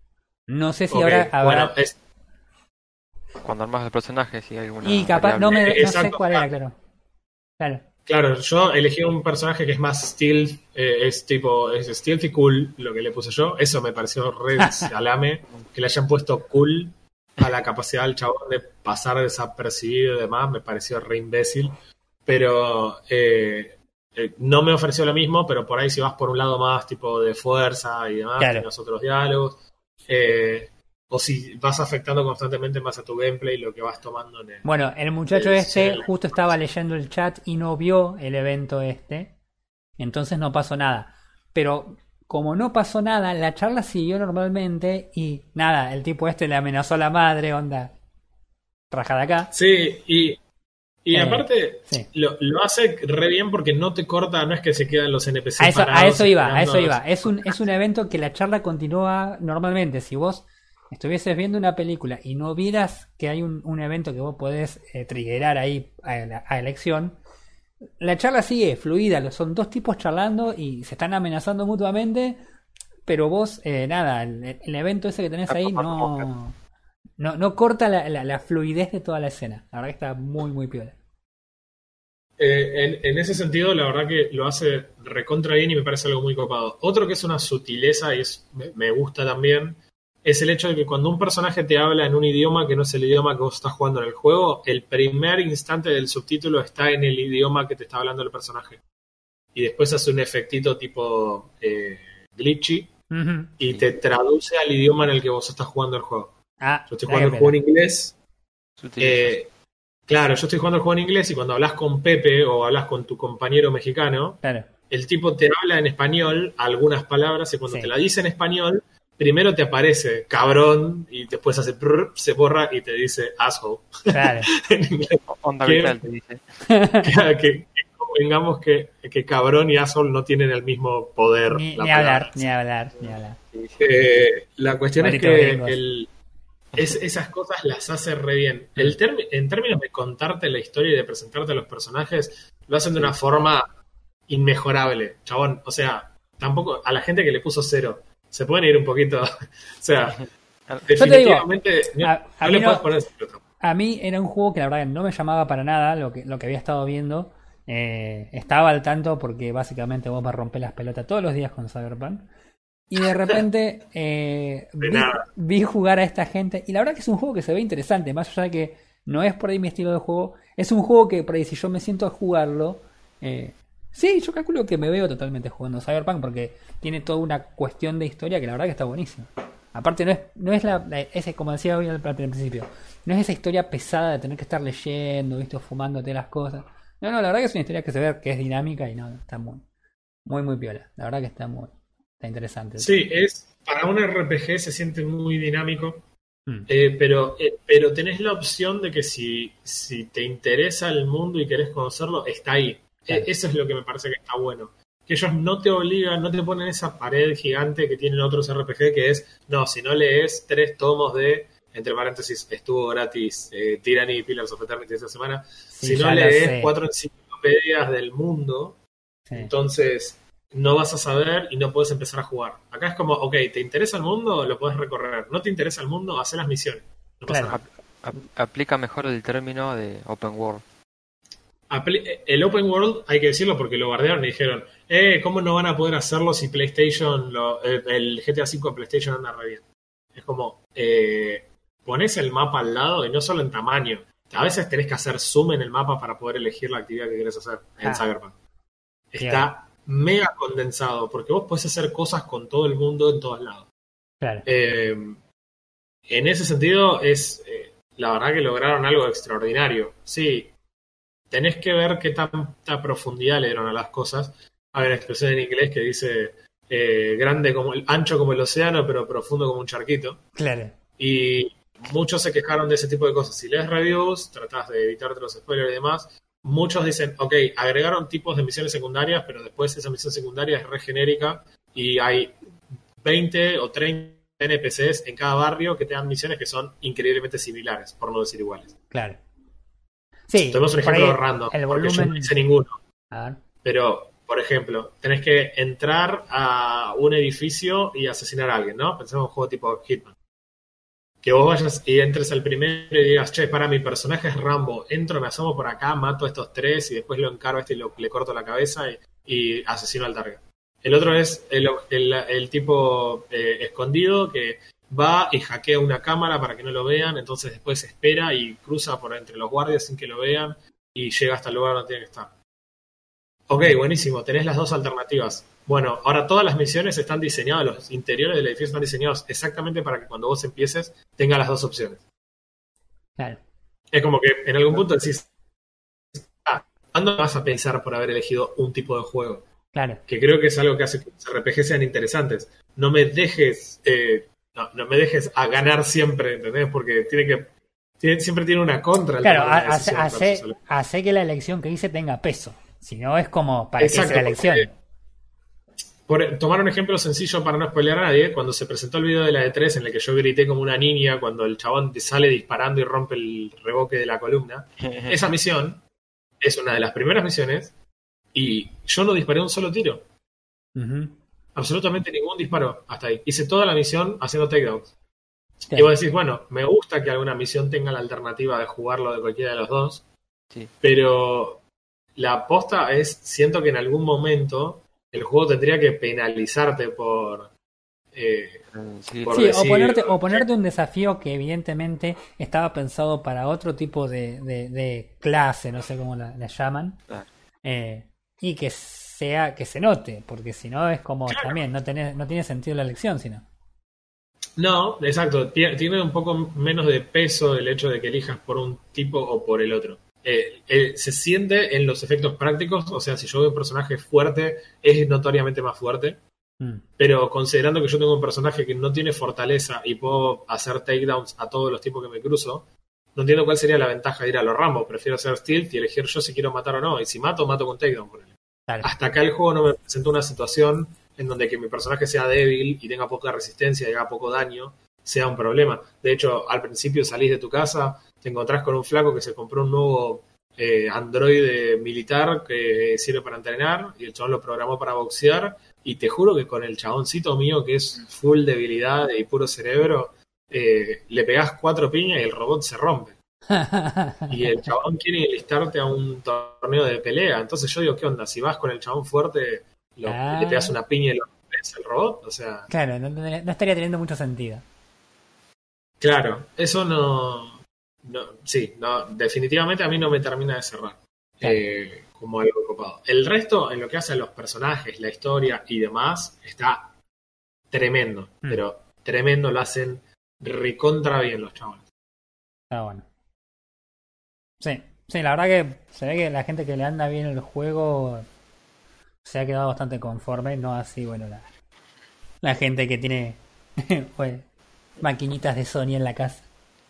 No sé si Ok, ahora habrá... bueno, es, Cuando armas el personaje, si hay alguna. y capaz, no, me, no sé Exacto. cuál era, claro. Claro. claro, yo elegí un personaje que es más stealth, eh, es tipo, es stealthy cool, lo que le puse yo. Eso me pareció re salame, que le hayan puesto cool a la capacidad del chabón de pasar desapercibido y demás, me pareció re imbécil. Pero eh, eh, no me ofreció lo mismo, pero por ahí si vas por un lado más tipo de fuerza y demás, Claro. tienes otros diálogos. Eh, o si vas afectando constantemente más a tu gameplay lo que vas tomando en el... Bueno, el muchacho Eh, este sí. justo estaba leyendo el chat y no vio el evento este. Entonces no pasó nada. Pero como no pasó nada, la charla siguió normalmente y nada, el tipo este le amenazó a la madre, onda. Raja de acá. Sí, y, y Eh, aparte sí. lo, lo hace re bien porque no te corta, no es que se quedan los N P C A eso, parados a eso iba, a esperando eso iba. Es un, es un evento que la charla continúa normalmente. Si vos estuvieses viendo una película y no vieras que hay un, un evento que vos podés eh, triggerar ahí a, la- a elección, la charla sigue fluida. Son dos tipos charlando y se están amenazando mutuamente, pero vos, eh, nada, el, el evento ese que tenés ahí no, no, no corta la, la, la fluidez de toda la escena. La verdad que está muy, muy piola. Eh, en, en ese sentido, la verdad que lo hace recontra bien y me parece algo muy copado. Otro que es una sutileza y es, me, me gusta también, es el hecho de que cuando un personaje te habla en un idioma que no es el idioma que vos estás jugando en el juego, el primer instante del subtítulo está en el idioma que te está hablando el personaje. Y después hace un efectito tipo eh, glitchy Ujú. y te traduce al idioma en el que vos estás jugando el juego. Ah, Yo estoy la jugando que el juego en pena. inglés. Sutil. Eh, claro, yo estoy jugando el juego en inglés y cuando hablas con Pepe o hablas con tu compañero mexicano, Claro. el tipo te habla en español algunas palabras y cuando Sí. te la dice en español, primero te aparece cabrón y después hace prr, se borra y te dice asshole. Claro. En inglés. Onda ¿Qué? vital, te dice. que, que convengamos que, que cabrón y asshole no tienen el mismo poder. Ni, la ni palabra. hablar, ni hablar, ni hablar. Sí, sí. Eh, la cuestión Malditos es que gringos. el, es, esas cosas las hace re bien. El termi- en términos de contarte la historia y de presentarte a los personajes, lo hacen de una forma inmejorable, chabón. O sea, tampoco a la gente que le puso cero, se pueden ir un poquito. O sea, te digo, definitivamente no, a- a no mí le no- puedes poner cero tampoco. A mí era un juego que la verdad que no me llamaba para nada lo que, lo que había estado viendo. Eh, estaba al tanto porque básicamente vos me rompés las pelotas todos los días con Cyberpunk. Y de repente eh, De vi, nada. vi jugar a esta gente. Y la verdad que es un juego que se ve interesante. Más allá de que no es por ahí mi estilo de juego. Es un juego que por ahí si yo me siento a jugarlo. Eh, sí, yo calculo que me veo totalmente jugando Cyberpunk. Porque tiene toda una cuestión de historia que la verdad que está buenísima. Aparte no es, no es la, la- ese, como decía hoy al, al principio, no es esa historia pesada de tener que estar leyendo, ¿viste? O fumándote las cosas. No, no, la verdad que es una historia que se ve que es dinámica y no, está muy, muy, muy piola. La verdad que está muy, está interesante. Sí, es para un R P G se siente muy dinámico. Mm. Eh, pero, eh, pero tenés la opción de que si, si te interesa el mundo y querés conocerlo, está ahí. Claro. Eh, eso es lo que me parece que está bueno. Que ellos no te obligan, no te ponen esa pared gigante que tienen otros R P G, que es, no, si no lees tres tomos de, entre paréntesis, estuvo gratis eh, Tyranny y Pillars of Eternity esta semana, Sí, si no ya lo lees sé. cuatro enciclopedias del mundo, Sí. entonces no vas a saber y no puedes empezar a jugar. Acá es como, ok, ¿te interesa el mundo? Lo puedes recorrer. ¿No te interesa el mundo? Haz las misiones. No pasa Claro. nada. Ap- aplica mejor el término de open world. Apli- El Open World, hay que decirlo porque lo bardearon y dijeron, eh, ¿cómo no van a poder hacerlo si PlayStation, lo- el, el G T A cinco de PlayStation anda re bien? Es como, eh, pones el mapa al lado y no solo en tamaño. A veces tenés que hacer zoom en el mapa para poder elegir la actividad que querés hacer en Ah. Cyberpunk. Bien. Está mega condensado porque vos podés hacer cosas con todo el mundo en todos lados. Claro. Eh, en ese sentido, es eh, la verdad que lograron algo extraordinario. Sí, tenés que ver qué tanta profundidad le dieron a las cosas. Hay una expresión en inglés que dice eh, grande como el, ancho como el océano, pero profundo como un charquito. Claro. Y muchos se quejaron de ese tipo de cosas. Si lees reviews, tratás de evitarte los spoilers y demás. Muchos dicen, ok, agregaron tipos de misiones secundarias, pero después esa misión secundaria es re genérica y hay veinte o treinta N P Cs en cada barrio que te dan misiones que son increíblemente similares, por no decir iguales. Claro. Sí, Tomemos un por ejemplo ahí random, el porque yo volumen. no hice ninguno. A ver. Pero, por ejemplo, tenés que entrar a un edificio y asesinar a alguien, ¿no? Pensemos en un juego tipo Hitman. Que vos vayas y entres al primero y digas, che, para, mi personaje es Rambo, entro, me asomo por acá, mato a estos tres y después lo encaro a este y lo- le corto la cabeza y, y asesino al target. El otro es el, el- el tipo eh, escondido que va y hackea una cámara para que no lo vean, entonces después espera y cruza por entre los guardias sin que lo vean y llega hasta el lugar donde tiene que estar. Ok, buenísimo, tenés las dos alternativas. Bueno, ahora todas las misiones están diseñadas, los interiores del edificio están diseñados exactamente para que cuando vos empieces tenga las dos opciones. Claro. Es como que en algún punto decís, ah, ¿cuándo vas a pensar por haber elegido un tipo de juego? Claro. Que creo que es algo que hace que los R P G sean interesantes. No me dejes, eh, no, no me dejes a ganar siempre, ¿entendés? Porque tiene que, tiene- siempre tiene una contra. el Claro, tomar una ha- hace, decisión, hace, entonces, hace que la elección que hice tenga peso. Si no, es como para que Exacto, hice la elección. porque- Por tomar un ejemplo sencillo para no spoilear a nadie, cuando se presentó el video de la E tres en el que yo grité como una niña cuando el chabón te sale disparando y rompe el reboque de la columna, esa misión es una de las primeras misiones y yo no disparé un solo tiro. Ujú. Absolutamente ningún disparo hasta ahí. Hice toda la misión haciendo takedowns. Sí. Y vos decís, bueno, me gusta que alguna misión tenga la alternativa de jugarlo de cualquiera de los dos, Sí. pero la aposta es, siento que en algún momento el juego tendría que penalizarte por... eh, Mm, sí, Por Sí, decir- o ponerte, o ponerte un desafío que evidentemente estaba pensado para otro tipo de, de, de clase, no sé cómo la, la llaman, claro. eh, y que sea, que se note, porque si no es como Claro. también, no, tenés, no tiene sentido la elección, sino. No, exacto. Tie- Tiene un poco menos de peso el hecho de que elijas por un tipo o por el otro. Eh, eh, se siente en los efectos prácticos, o sea, si yo veo un personaje fuerte, es notoriamente más fuerte. Mm. Pero considerando que yo tengo un personaje que no tiene fortaleza y puedo hacer takedowns a todos los tipos que me cruzo, no entiendo cuál sería la ventaja de ir a los Rambo. Prefiero hacer stealth y elegir yo si quiero matar o no. Y si mato, mato con takedown. Por ejemplo. Claro. Hasta acá el juego no me presentó una situación en donde que mi personaje sea débil y tenga poca resistencia y haga poco daño sea un problema. De hecho, al principio salís de tu casa, te encontrás con un flaco que se compró un nuevo eh, androide militar que sirve para entrenar y el chabón lo programó para boxear y te juro que con el chaboncito mío que es full debilidad y puro cerebro, eh, le pegás cuatro piñas y el robot se rompe. Y el chabón quiere enlistarte a un torneo de pelea. Entonces yo digo, ¿qué onda? Si vas con el chabón fuerte, lo- Ah. le pegas una piña y lo rompes el robot. O sea, Claro, no, tendría- no estaría teniendo mucho sentido. claro, eso no, no sí, no, definitivamente a mí no me termina de cerrar Claro. eh, como algo copado. El resto, en lo que hace a los personajes, la historia y demás, está tremendo, Mm. pero tremendo, lo hacen recontra bien los chabones. Está bueno. Sí, sí, la verdad que se ve que la gente que le anda bien el juego se ha quedado bastante conforme, no así, bueno, la, la gente que tiene pues, maquinitas de Sony en la casa.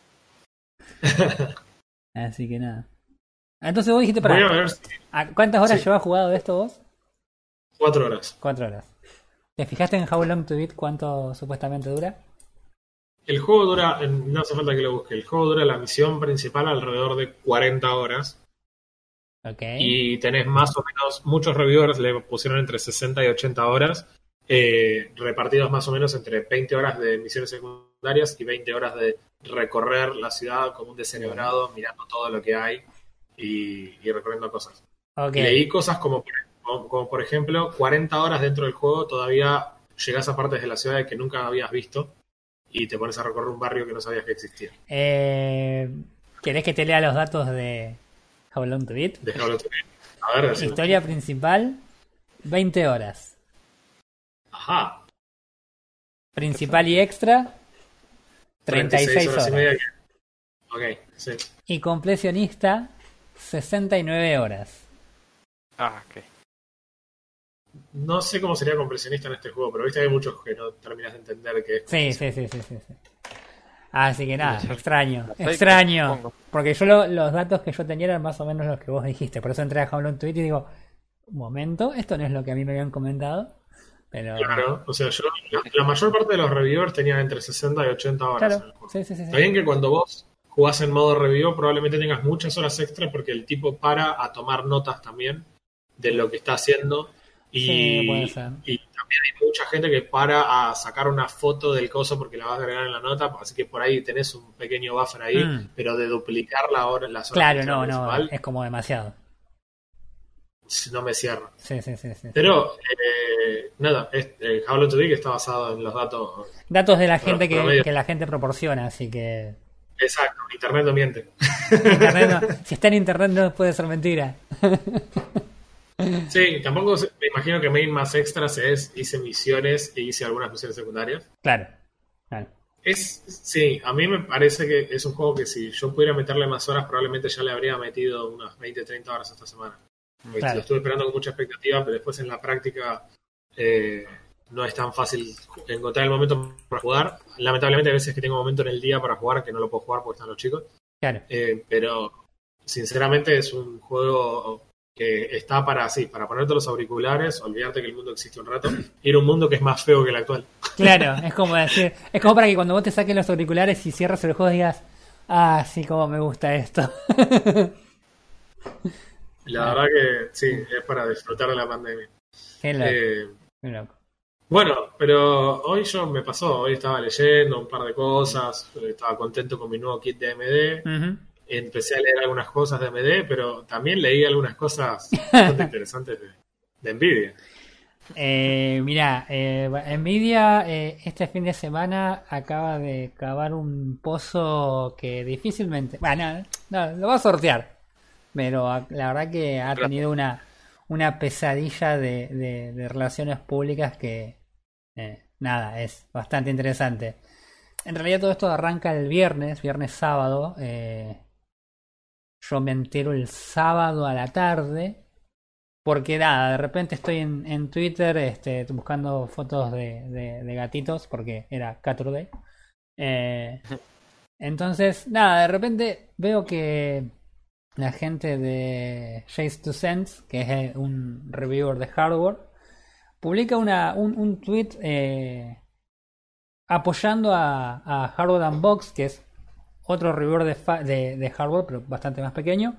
Así que nada. Entonces vos dijiste Voy a para... ver si- ¿a ¿Cuántas horas Sí. llevas jugado de esto vos? cuatro horas. Cuatro horas. ¿Te fijaste en How Long to Beat cuánto supuestamente dura? El juego dura, no hace falta que lo busque, el juego dura la misión principal alrededor de cuarenta horas. Ok. Y tenés más o menos, muchos reviewers le pusieron entre sesenta y ochenta horas, eh, repartidos más o menos entre veinte horas de misiones secundarias y veinte horas de recorrer la ciudad como un descerebrado, mirando todo lo que hay y, y recorriendo cosas. Okay. Leí cosas como, como, como, por ejemplo, cuarenta horas dentro del juego todavía llegás a partes de la ciudad que nunca habías visto y te pones a recorrer un barrio que no sabías que existía. Eh, ¿Querés que te lea los datos de How Long to Beat? De How Long to Beat. A ver, decime. Historia principal, veinte horas. Ajá. Principal y extra, treinta y seis horas. horas. Y media que... Ok, sí. Y completionista, sesenta y nueve horas. Ah, ok. No sé cómo sería compresionista en este juego, pero viste que hay muchos que no terminas de entender qué es. Sí, sí, sí, sí, sí, sí. Así que nada, Sí. extraño, Aceite, extraño. supongo. Porque yo lo- los datos que yo tenía eran más o menos los que vos dijiste. Por eso entré a How Long to Beat y digo, un momento, esto no es lo que a mí me habían comentado. Pero Claro, o sea, yo la, la mayor parte de los reviewers tenían entre sesenta y ochenta horas en el claro, juego. sí, sí, sí, sí. Está bien que cuando vos jugás en modo review probablemente tengas muchas horas extra porque el tipo para a tomar notas también de lo que está haciendo y, Sí, puede ser. y también hay mucha gente que para a sacar una foto del coso porque la vas a agregar en la nota, así que por ahí tenés un pequeño buffer ahí, Mm. pero de duplicar la hora, las horas Claro, extra no, no, principal, es como demasiado. no me cierra. Sí, sí, sí, sí. Pero, eh, nada, es, eh, How Long to Beat está basado en los datos. Datos de la gente que, promedio. que la gente proporciona, así que Exacto, Internet no miente. Internet no- si está en internet no puede ser mentira. Sí, tampoco se- me imagino que main más extras es hice misiones e hice algunas misiones secundarias. Claro, claro. Es, sí, a mí me parece que es un juego que si yo pudiera meterle más horas, probablemente ya le habría metido unas veinte, treinta horas esta semana. Porque Claro. Lo estuve esperando con mucha expectativa, pero después en la práctica eh, no es tan fácil encontrar el momento para jugar. Lamentablemente, a veces que tengo un momento en el día para jugar que no lo puedo jugar porque están los chicos. Claro. Eh, pero sinceramente es un juego que está para sí, para ponerte los auriculares, olvidarte que el mundo existe un rato, ir a un mundo que es más feo que el actual. Claro, es como decir, es como para que cuando vos te saques los auriculares y cierras el juego digas, ah, sí, como me gusta esto. La verdad que sí, es para disfrutar de la pandemia. Qué loco, Eh, qué loco. bueno, pero hoy yo me pasó, hoy estaba leyendo un par de cosas, estaba contento con mi nuevo kit de A M D, Ujú. empecé a leer algunas cosas de A M D, pero también leí algunas cosas bastante interesantes de, de Nvidia. Eh, mira, eh, Nvidia eh, este fin de semana acaba de cavar un pozo que difícilmente, bueno, no, lo va a sortear, pero a- la verdad que ha tenido una, una pesadilla de, de- de relaciones públicas que, eh, nada, es bastante interesante. En realidad todo esto arranca el viernes, viernes sábado. eh, yo me entero el sábado a la tarde. Porque nada, de repente estoy en, en Twitter este, buscando fotos de, de- de gatitos porque era Caturday. Eh, entonces, nada, de repente veo que la gente de Chase to Sense, que es eh, un reviewer de hardware, publica una, un, un tweet eh, apoyando a, a Hardware Unboxed, que es otro reviewer de, fa- de, de hardware, pero bastante más pequeño.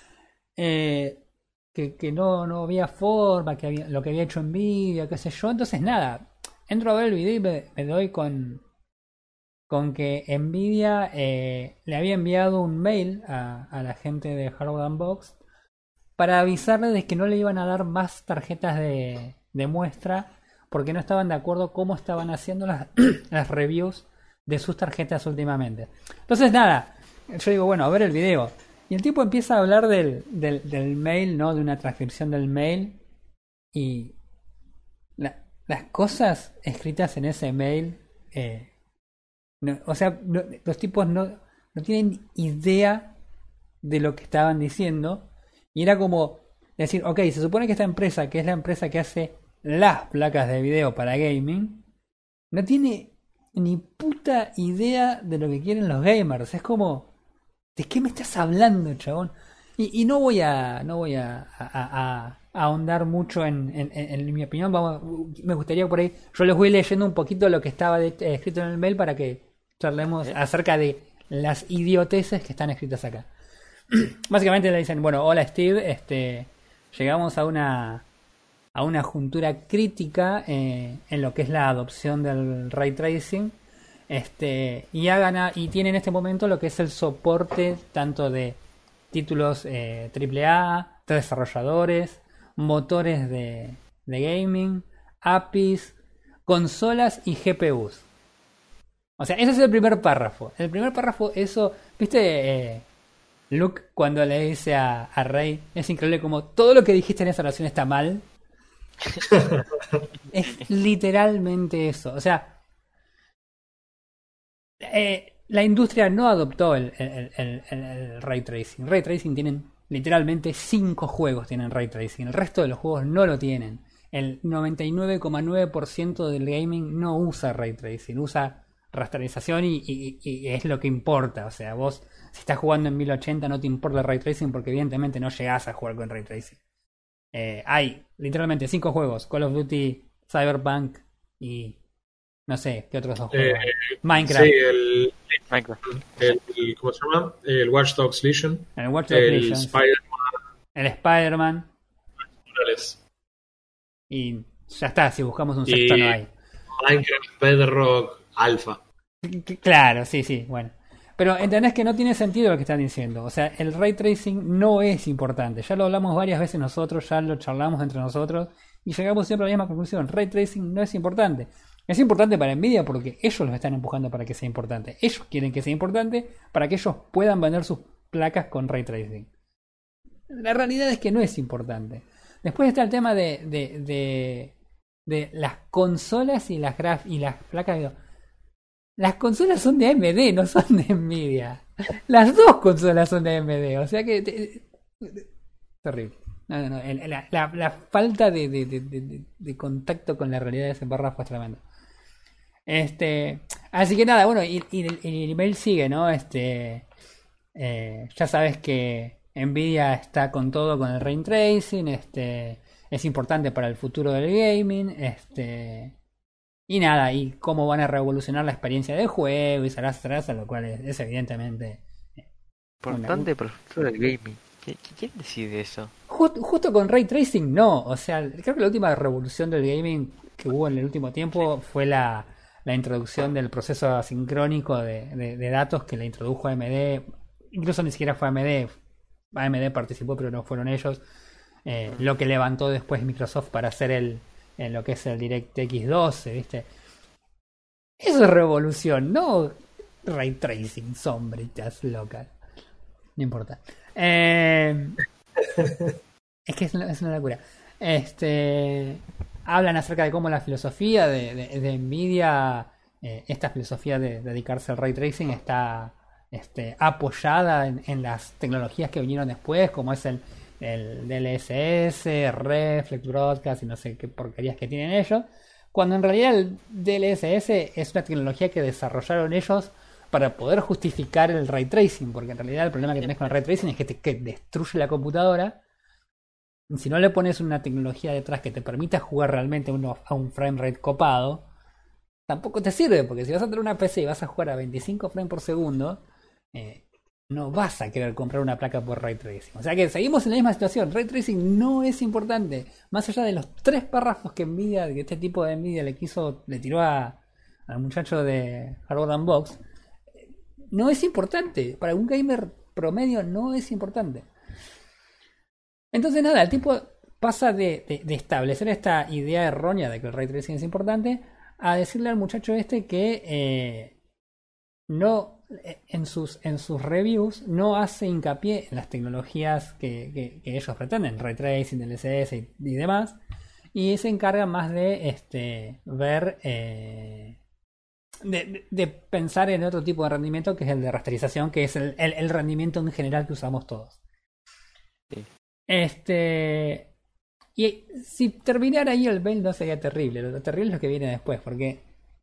Eh, que, que no, no había forma, que había, lo que había hecho Nvidia, qué sé yo. Entonces nada, entro a ver el video y me, me doy con, con que Nvidia eh, le había enviado un mail a, a la gente de Hardware Unboxed para avisarle de que no le iban a dar más tarjetas de, de muestra porque no estaban de acuerdo cómo estaban haciendo las, las reviews de sus tarjetas últimamente. Entonces nada, yo digo, bueno, a ver el video. Y el tipo empieza a hablar del, del, del mail, ¿no? De una transcripción del mail. Y la- las cosas escritas en ese mail, eh, no- o sea, no- los tipos no, no tienen idea de lo que estaban diciendo. Y era como decir, ok, se supone que esta empresa, que es la empresa que hace las placas de video para gaming, no tiene ni puta idea de lo que quieren los gamers. Es como, ¿de qué me estás hablando, chabón? Y, y no voy a no voy a, a- a- a ahondar mucho en, en- en- en mi opinión. Vamos, me gustaría por ahí, yo les voy leyendo un poquito lo que estaba de- eh, escrito en el mail para que charlemos acerca de las idioteces que están escritas acá. Básicamente le dicen, bueno, hola Steve, este, llegamos a una a una juntura crítica eh, en lo que es la adopción del ray tracing, este, y hagan a, y tienen en este momento lo que es el soporte tanto de títulos eh, triple A, de desarrolladores, motores de, de gaming, A P Is, consolas y G P Us. O sea, ese es el primer párrafo. El primer párrafo, eso, viste, eh, Luke cuando le dice a, a Rey, es increíble como todo lo que dijiste en esa oración está mal. Es literalmente eso. O sea, eh, la industria no adoptó el, el, el, el, el ray tracing. Ray tracing tienen literalmente cinco juegos tienen ray tracing. El resto de los juegos no lo tienen. El noventa y nueve coma nueve por ciento del gaming no usa ray tracing, usa rasterización y, y, y es lo que importa. O sea, vos si estás jugando en mil ochenta no te importa el ray tracing porque evidentemente no llegás a jugar con ray tracing. Eh, hay literalmente cinco juegos: Call of Duty, Cyberpunk y no sé qué otros dos juegos. Eh, Minecraft. Sí, el, Minecraft. el, el- ¿cómo se llama? El Watch Dogs Legion. El Watch Dogs El Legion, sí. Spider-Man. El Spider-Man. Morales, Y ya está, si buscamos un Y- sexto no hay. Minecraft Bedrock Alpha. C- Claro, sí, sí, bueno. Pero entendés que no tiene sentido lo que están diciendo. O sea, el ray tracing no es importante. Ya lo hablamos varias veces nosotros, ya lo charlamos entre nosotros y llegamos siempre a la misma conclusión. Ray tracing no es importante. Es importante para Nvidia porque ellos los están empujando para que sea importante. Ellos quieren que sea importante para que ellos puedan vender sus placas con ray tracing. La realidad es que no es importante. Después está el tema de, de, de, de las consolas y las graf y las placas. Digo, las consolas son de A M D, no son de Nvidia. Las dos consolas son de A M D, o sea que... Te, te, terrible. No, no, no. el- La, la, la falta de, de, de, de, de contacto con la realidad de ese párrafo es tremendo. Este, así que nada, bueno, y, y el, el email sigue, ¿no? Este, eh, ya sabes que Nvidia está con todo con el ray tracing, este, es importante para el futuro del gaming, este, y nada, y cómo van a revolucionar la experiencia de juego y zaraza, zaraza, lo cual es, es evidentemente Importante para el futuro del gaming. ¿Qui- ¿Quién decide eso? Just- justo con ray tracing no, o sea, creo que la última revolución del gaming que hubo en el último tiempo fue la, la introducción del proceso asincrónico de, de- de datos que le introdujo A M D, incluso ni siquiera fue A M D, A M D participó pero no fueron ellos, eh, lo que levantó después Microsoft para hacer el, en lo que es el DirectX doce, ¿viste? Eso es revolución, no ray tracing, sombritas locas. No importa. Eh, es que es una, es una locura. Este, hablan acerca de cómo la filosofía de, de, de Nvidia, eh, esta filosofía de, dedicarse al ray tracing está este, apoyada en, en las tecnologías que vinieron después, como es el, el D L S S, Reflex Broadcast y no sé qué porquerías que tienen ellos, cuando en realidad el D L S S es una tecnología que desarrollaron ellos para poder justificar el ray tracing, porque en realidad el problema que tenés con el ray tracing es que te que destruye la computadora. Si no le pones una tecnología detrás que te permita jugar realmente uno, a un frame rate copado, tampoco te sirve, porque si vas a tener una P C y vas a jugar a veinticinco frames por segundo, eh, no vas a querer comprar una placa por ray tracing. O sea que seguimos en la misma situación. Ray tracing no es importante. Más allá de los tres párrafos que Nvidia, que este tipo de Nvidia le quiso, le tiró a, al muchacho de Hardware Unbox, no es importante. Para un gamer promedio no es importante. Entonces nada, el tipo pasa de, de, de establecer esta idea errónea de que el ray tracing es importante a decirle al muchacho este que eh, no en sus en sus reviews no hace hincapié en las tecnologías que, que, que ellos pretenden, ray tracing, D L S S y, y demás, y se encarga más de este ver eh, De, de, de pensar en otro tipo de rendimiento, que es el de rasterización, que es el, el, el rendimiento en general que usamos todos. Sí. Este. Y si terminara ahí el mail no sería terrible. Lo terrible es lo que viene después, porque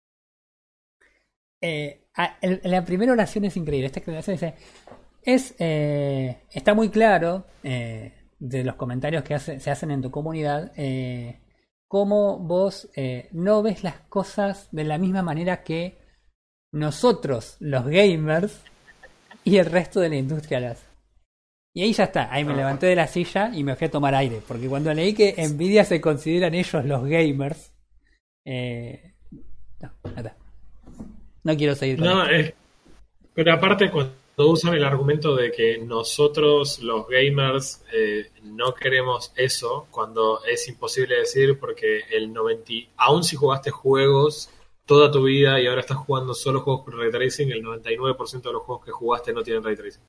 eh, a, el, la primera oración es increíble. Esta oración dice: es eh, está muy claro eh, de los comentarios que hace, se hacen en tu comunidad. Eh, cómo vos eh, no ves las cosas de la misma manera que nosotros, los gamers, y el resto de la industria las. Y ahí ya está, ahí me Ah. levanté de la silla y me fui a tomar aire, porque cuando leí que Nvidia se consideran ellos los gamers, eh, no, nada. No quiero seguir con No, esto. es, pero aparte cuando usan el argumento de que nosotros los gamers eh, no queremos eso, cuando es imposible decir porque el noventa, aun si jugaste juegos toda tu vida y ahora estás jugando solo juegos con ray tracing, el noventa y nueve por ciento de los juegos que jugaste no tienen ray tracing.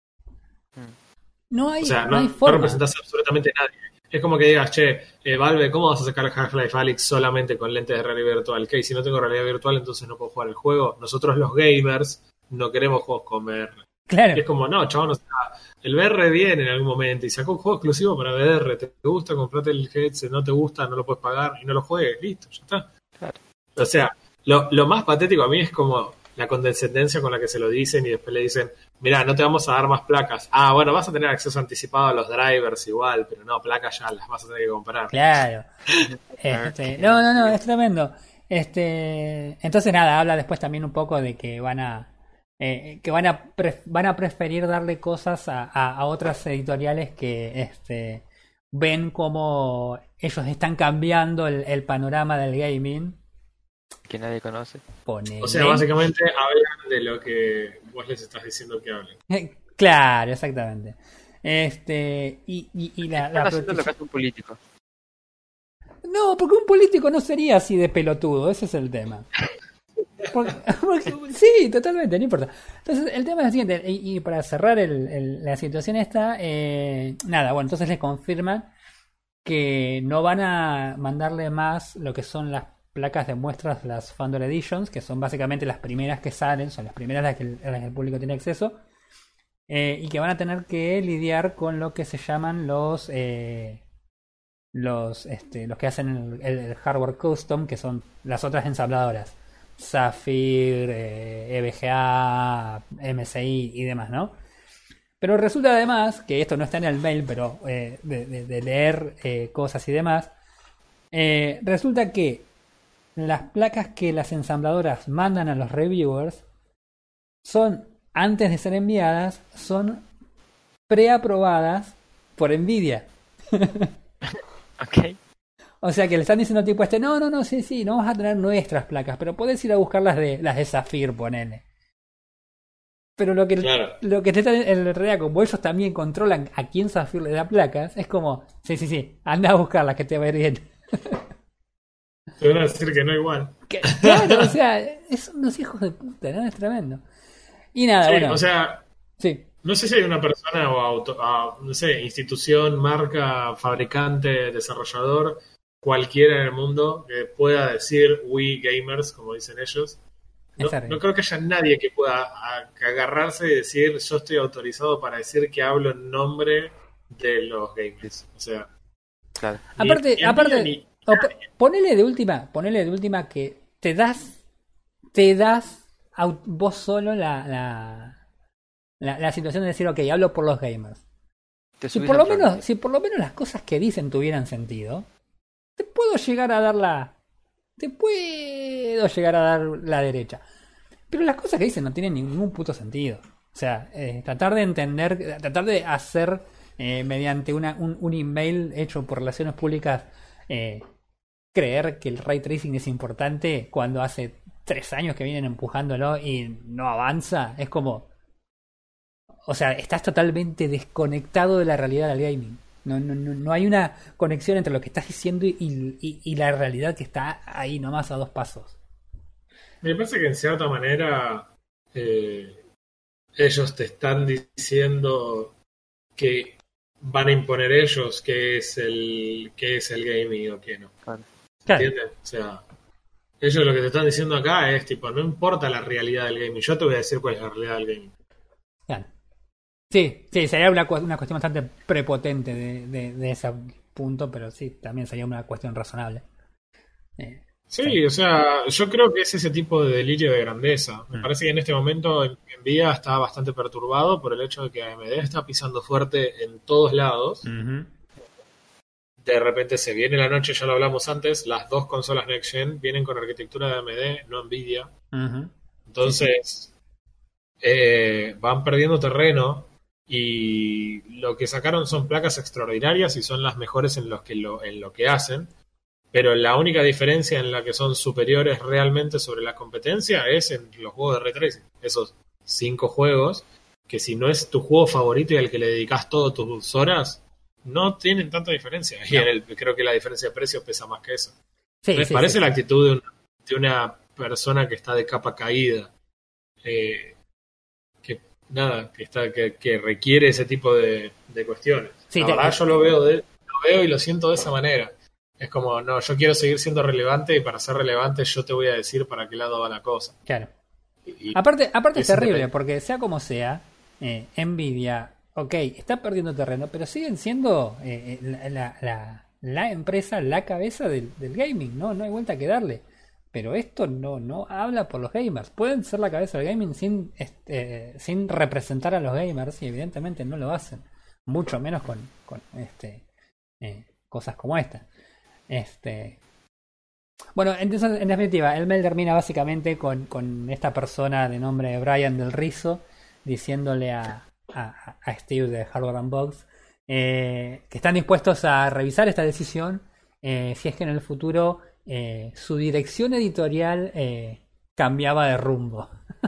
No hay, O sea, no no, hay no forma. representas absolutamente a nadie. Es como que digas, che, eh, Valve, ¿cómo vas a sacar Half-Life Alyx solamente con lentes de realidad virtual? ¿Qué? Si no tengo realidad virtual, entonces no puedo jugar el juego. Nosotros los gamers no queremos juegos con V R. Claro. Y es como, no, chabón, o sea, el V R viene en algún momento y sacó un juego exclusivo para V R. ¿Te gusta? Comprate el headset, no te gusta, no lo puedes pagar y no lo juegues. Listo, ya está. Claro. O sea, lo, lo más patético a mí es como la condescendencia con la que se lo dicen y después le dicen, mirá, no te vamos a dar más placas. Ah, bueno, vas a tener acceso anticipado a los drivers igual, pero no, placas ya las vas a tener que comprar. Claro. Este, no, no, no, es tremendo. Este, entonces nada, habla después también un poco de que van a eh, que van a pref- van a preferir darle cosas a, a, a otras editoriales que este ven como ellos están cambiando el, el panorama del gaming. Que nadie conoce. Ponele. O sea, básicamente hablan de lo que vos les estás diciendo que hablen. Claro, exactamente. Este y, y, y la, Están la haciendo lo que protec- hace un político. No, porque un político no sería así de pelotudo, ese es el tema. Porque- porque- sí, totalmente, no importa. Entonces, el tema es el siguiente, y, y para cerrar el, el- la situación esta, eh, nada, bueno, entonces les confirman que no van a mandarle más lo que son las placas de muestras, las Founder Editions, que son básicamente las primeras que salen, son las primeras a las que el, a las que el público tiene acceso, eh, y que van a tener que lidiar con lo que se llaman los... Eh, los este, los que hacen el, el- el hardware custom, que son las otras ensambladoras, Sapphire, eh, E V G A, M S I y demás, ¿no? Pero resulta además, que esto no está en el mail, pero eh, de, de- de leer eh, cosas y demás, eh, resulta que las placas que las ensambladoras mandan a los reviewers son, antes de ser enviadas, son preaprobadas por Nvidia. Ok. O sea que le están diciendo tipo este, no, no, no, sí, sí, no vas a tener nuestras placas, pero podés ir a buscar las de las de Sapphire, ponele. Pero lo que, Claro. lo que te está en realidad, como ellos también controlan a quién Sapphire le da placas, es como, sí, sí, sí, anda a buscarlas que te va a ir bien. Te van a decir que no igual. Que- claro, o sea, es unos hijos de puta, ¿no? Es tremendo. Y nada, Sí, bueno, o sea, sí. no sé si hay una persona o auto, a, no sé, institución, marca, fabricante, desarrollador, cualquiera en el mundo que pueda decir we gamers, como dicen ellos. No, Es terrible. no creo que haya nadie que pueda a- que agarrarse y decir yo estoy autorizado para decir que hablo en nombre de los gamers. O sea, Claro. ni- Aparte, ni aparte, Nvidia ni- o po- ponele de última, ponele de última que te das, te das au- vos solo la, la, la, la situación de decir, ok, hablo por los gamers. Te Si subís por lo al trono. menos, si por lo menos las cosas que dicen tuvieran sentido, te puedo llegar a dar la, te puedo llegar a dar la derecha. Pero las cosas que dicen no tienen ningún puto sentido. O sea, eh, tratar de entender, tratar de hacer eh, mediante una, un, un email hecho por relaciones públicas, eh, creer que el ray tracing es importante cuando hace tres años que vienen empujándolo y no avanza, es como, o sea, estás totalmente desconectado de la realidad del gaming. No, no, no, no hay una conexión entre lo que estás diciendo y, y, y la realidad que está ahí nomás a dos pasos. Me parece que en cierta manera eh, ellos te están diciendo que van a imponer ellos qué es el qué es el gaming o qué no. Claro. Claro. ¿Entiendes? O sea, ellos lo que te están diciendo acá es tipo, no importa la realidad del gaming, yo te voy a decir cuál es la realidad del gaming. Claro. Sí, sí, sería una, cu- una cuestión bastante prepotente de, de, de ese punto, pero sí, también sería una cuestión razonable. Eh, Sí, o sea, yo creo que es ese tipo de delirio de grandeza. Me Mm. parece que en este momento Nvidia está bastante perturbado por el hecho de que A M D está pisando fuerte en todos lados. ujú. De repente se viene la noche, ya lo hablamos antes, las dos consolas Next Gen vienen con arquitectura de A M D, no Nvidia. Ujú. Entonces, eh, van perdiendo terreno y lo que sacaron son placas extraordinarias y son las mejores en, los que lo, en lo que hacen, pero la única diferencia en la que son superiores realmente sobre la competencia es en los juegos de Ray Tracing. Esos cinco juegos, que si no es tu juego favorito y al que le dedicas todas tus horas, no tienen tanta diferencia. No. Y en el, creo que la diferencia de precio pesa más que eso. Sí, ¿Les sí, parece sí. la actitud de una, de una persona que está de capa caída? Eh, que nada, que está que, que requiere ese tipo de, de cuestiones. Sí, la te- verdad yo lo veo, de, lo veo y lo siento de esa manera. Es como, no, yo quiero seguir siendo relevante y para ser relevante yo te voy a decir para qué lado va la cosa. Claro. Y- Aparte, aparte es Ese terrible, detalle. porque sea como sea, eh, Nvidia, ok, está perdiendo terreno, pero siguen siendo eh, la, la, la- la empresa, la cabeza del, del gaming, ¿no? No hay vuelta que darle. Pero esto no, no habla por los gamers. Pueden ser la cabeza del gaming sin, este, sin representar a los gamers, y evidentemente no lo hacen. Mucho menos con, con este, eh, cosas como esta. Este, bueno, entonces, en definitiva, el mail termina básicamente con, con esta persona de nombre Brian del Rizo diciéndole a, a, a Steve de Hardware and Bugs eh, que están dispuestos a revisar esta decisión eh, si es que en el futuro eh, su dirección editorial eh, cambiaba de rumbo.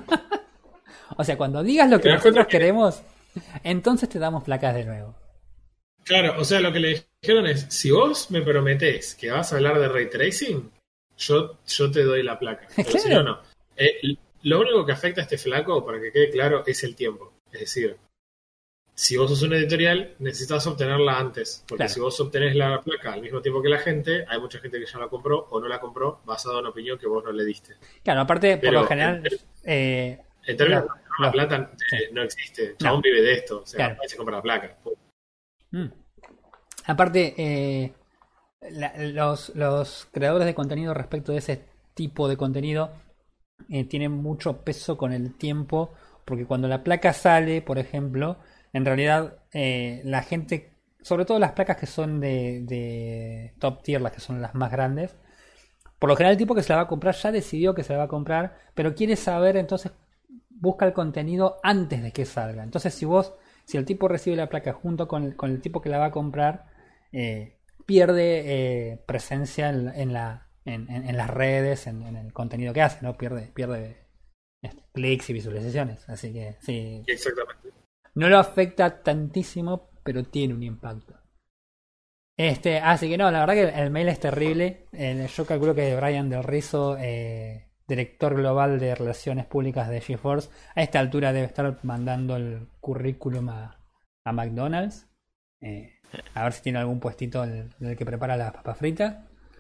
O sea, cuando digas lo que ¿Te das cuenta nosotros que- queremos, entonces te damos placas de nuevo. Claro, o sea, lo que le dijeron es, si vos me prometés que vas a hablar de Ray Tracing, yo, yo te doy la placa. Pero si Claro. no, no. Eh, lo único que afecta a este flaco, para que quede claro, es el tiempo. Es decir, si vos sos una editorial, necesitas obtenerla antes. Porque Claro. si vos obtenés la placa al mismo tiempo que la gente, hay mucha gente que ya la compró o no la compró basado en una opinión que vos no le diste. Claro, aparte, por Pero, lo general, en- eh, En términos Los- de la los- plata, eh, sí. no existe. Chabón vive de esto. O sea, Claro. ahí se compra la placa. Mm. Aparte, eh, la- los, los creadores de contenido respecto de ese tipo de contenido eh, tienen mucho peso con el tiempo, porque cuando la placa sale, por ejemplo, en realidad eh, la gente, sobre todo las placas que son de, de top tier, las que son las más grandes, por lo general el tipo que se la va a comprar ya decidió que se la va a comprar, pero quiere saber, entonces busca el contenido antes de que salga. Entonces si vos, si el tipo recibe la placa junto con el, con el tipo que la va a comprar, eh, pierde eh, presencia en, en la en, en- en las redes, en, en el contenido que hace, ¿no? Pierde, pierde este, clics y visualizaciones. Así que sí, Exactamente. no lo afecta tantísimo, pero tiene un impacto. Este, así que no, la verdad que el, el mail es terrible. Eh, yo calculo que Brian Del Rizo, eh, director global de relaciones públicas de GeForce, a esta altura debe estar mandando el currículum a, a McDonald's. Eh, a ver si tiene algún puestito en el, en el que prepara las papas fritas.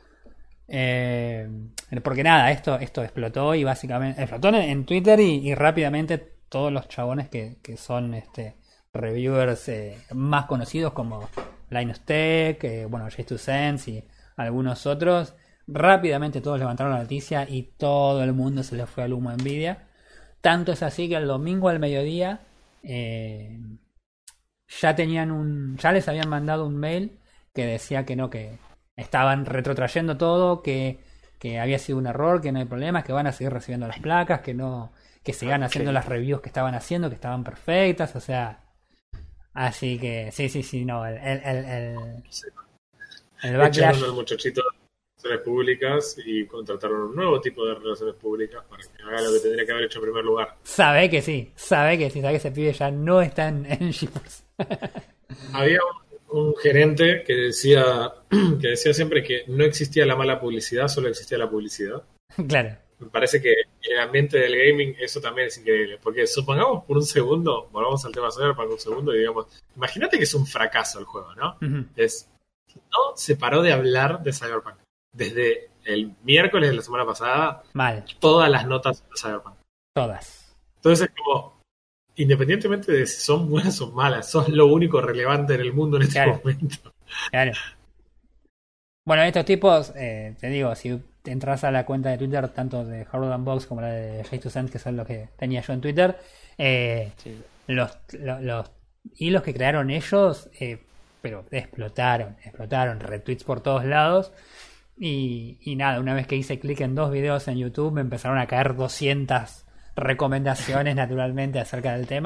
Eh, porque nada, esto, esto explotó y básicamente explotó en, en Twitter y, y rápidamente todos los chabones que, que son este reviewers eh, más conocidos como Linus Tech, eh, bueno, J dos Sense y algunos otros, rápidamente todos levantaron la noticia y todo el mundo se le fue al humo a Nvidia. Tanto es así que el domingo al mediodía eh, ya tenían un, ya les habían mandado un mail que decía que no, que estaban retrotrayendo todo, que, que había sido un error, que no hay problema, que van a seguir recibiendo las placas, que no, que sigan haciendo las reviews que estaban haciendo, que estaban perfectas, o sea, así que sí, sí, sí, no, el, el, el, el, el backlash. Echaron al muchachito de relaciones públicas y contrataron un nuevo tipo de relaciones públicas para que haga lo que tendría que haber hecho en primer lugar. Sabe que sí, sabe que sí, sabe que ese pibe ya no está en, en GeForce. Había un, un gerente que decía que decía siempre que no existía la mala publicidad, solo existía la publicidad. Claro. Me parece que en el ambiente del gaming eso también es increíble, porque supongamos por un segundo, volvamos al tema Cyberpunk un segundo y digamos, imagínate que es un fracaso el juego, ¿no? Ujú. Es, no se paró de hablar de Cyberpunk. Desde el miércoles de la semana pasada, Mal, todas las notas de Cyberpunk. todas. Entonces es como, independientemente de si son buenas o malas, son lo único relevante en el mundo en este Claro. momento. Claro. Bueno, estos tipos, eh, te digo, si entras a la cuenta de Twitter, tanto de Hardware and Box como la de J dos Sense, que son los que tenía yo en Twitter, eh, Sí. los, lo- los hilos que crearon ellos, eh, pero explotaron, explotaron, retweets por todos lados. Y, y nada, una vez que hice clic en dos videos en YouTube, me empezaron a caer doscientas recomendaciones naturalmente acerca del tema.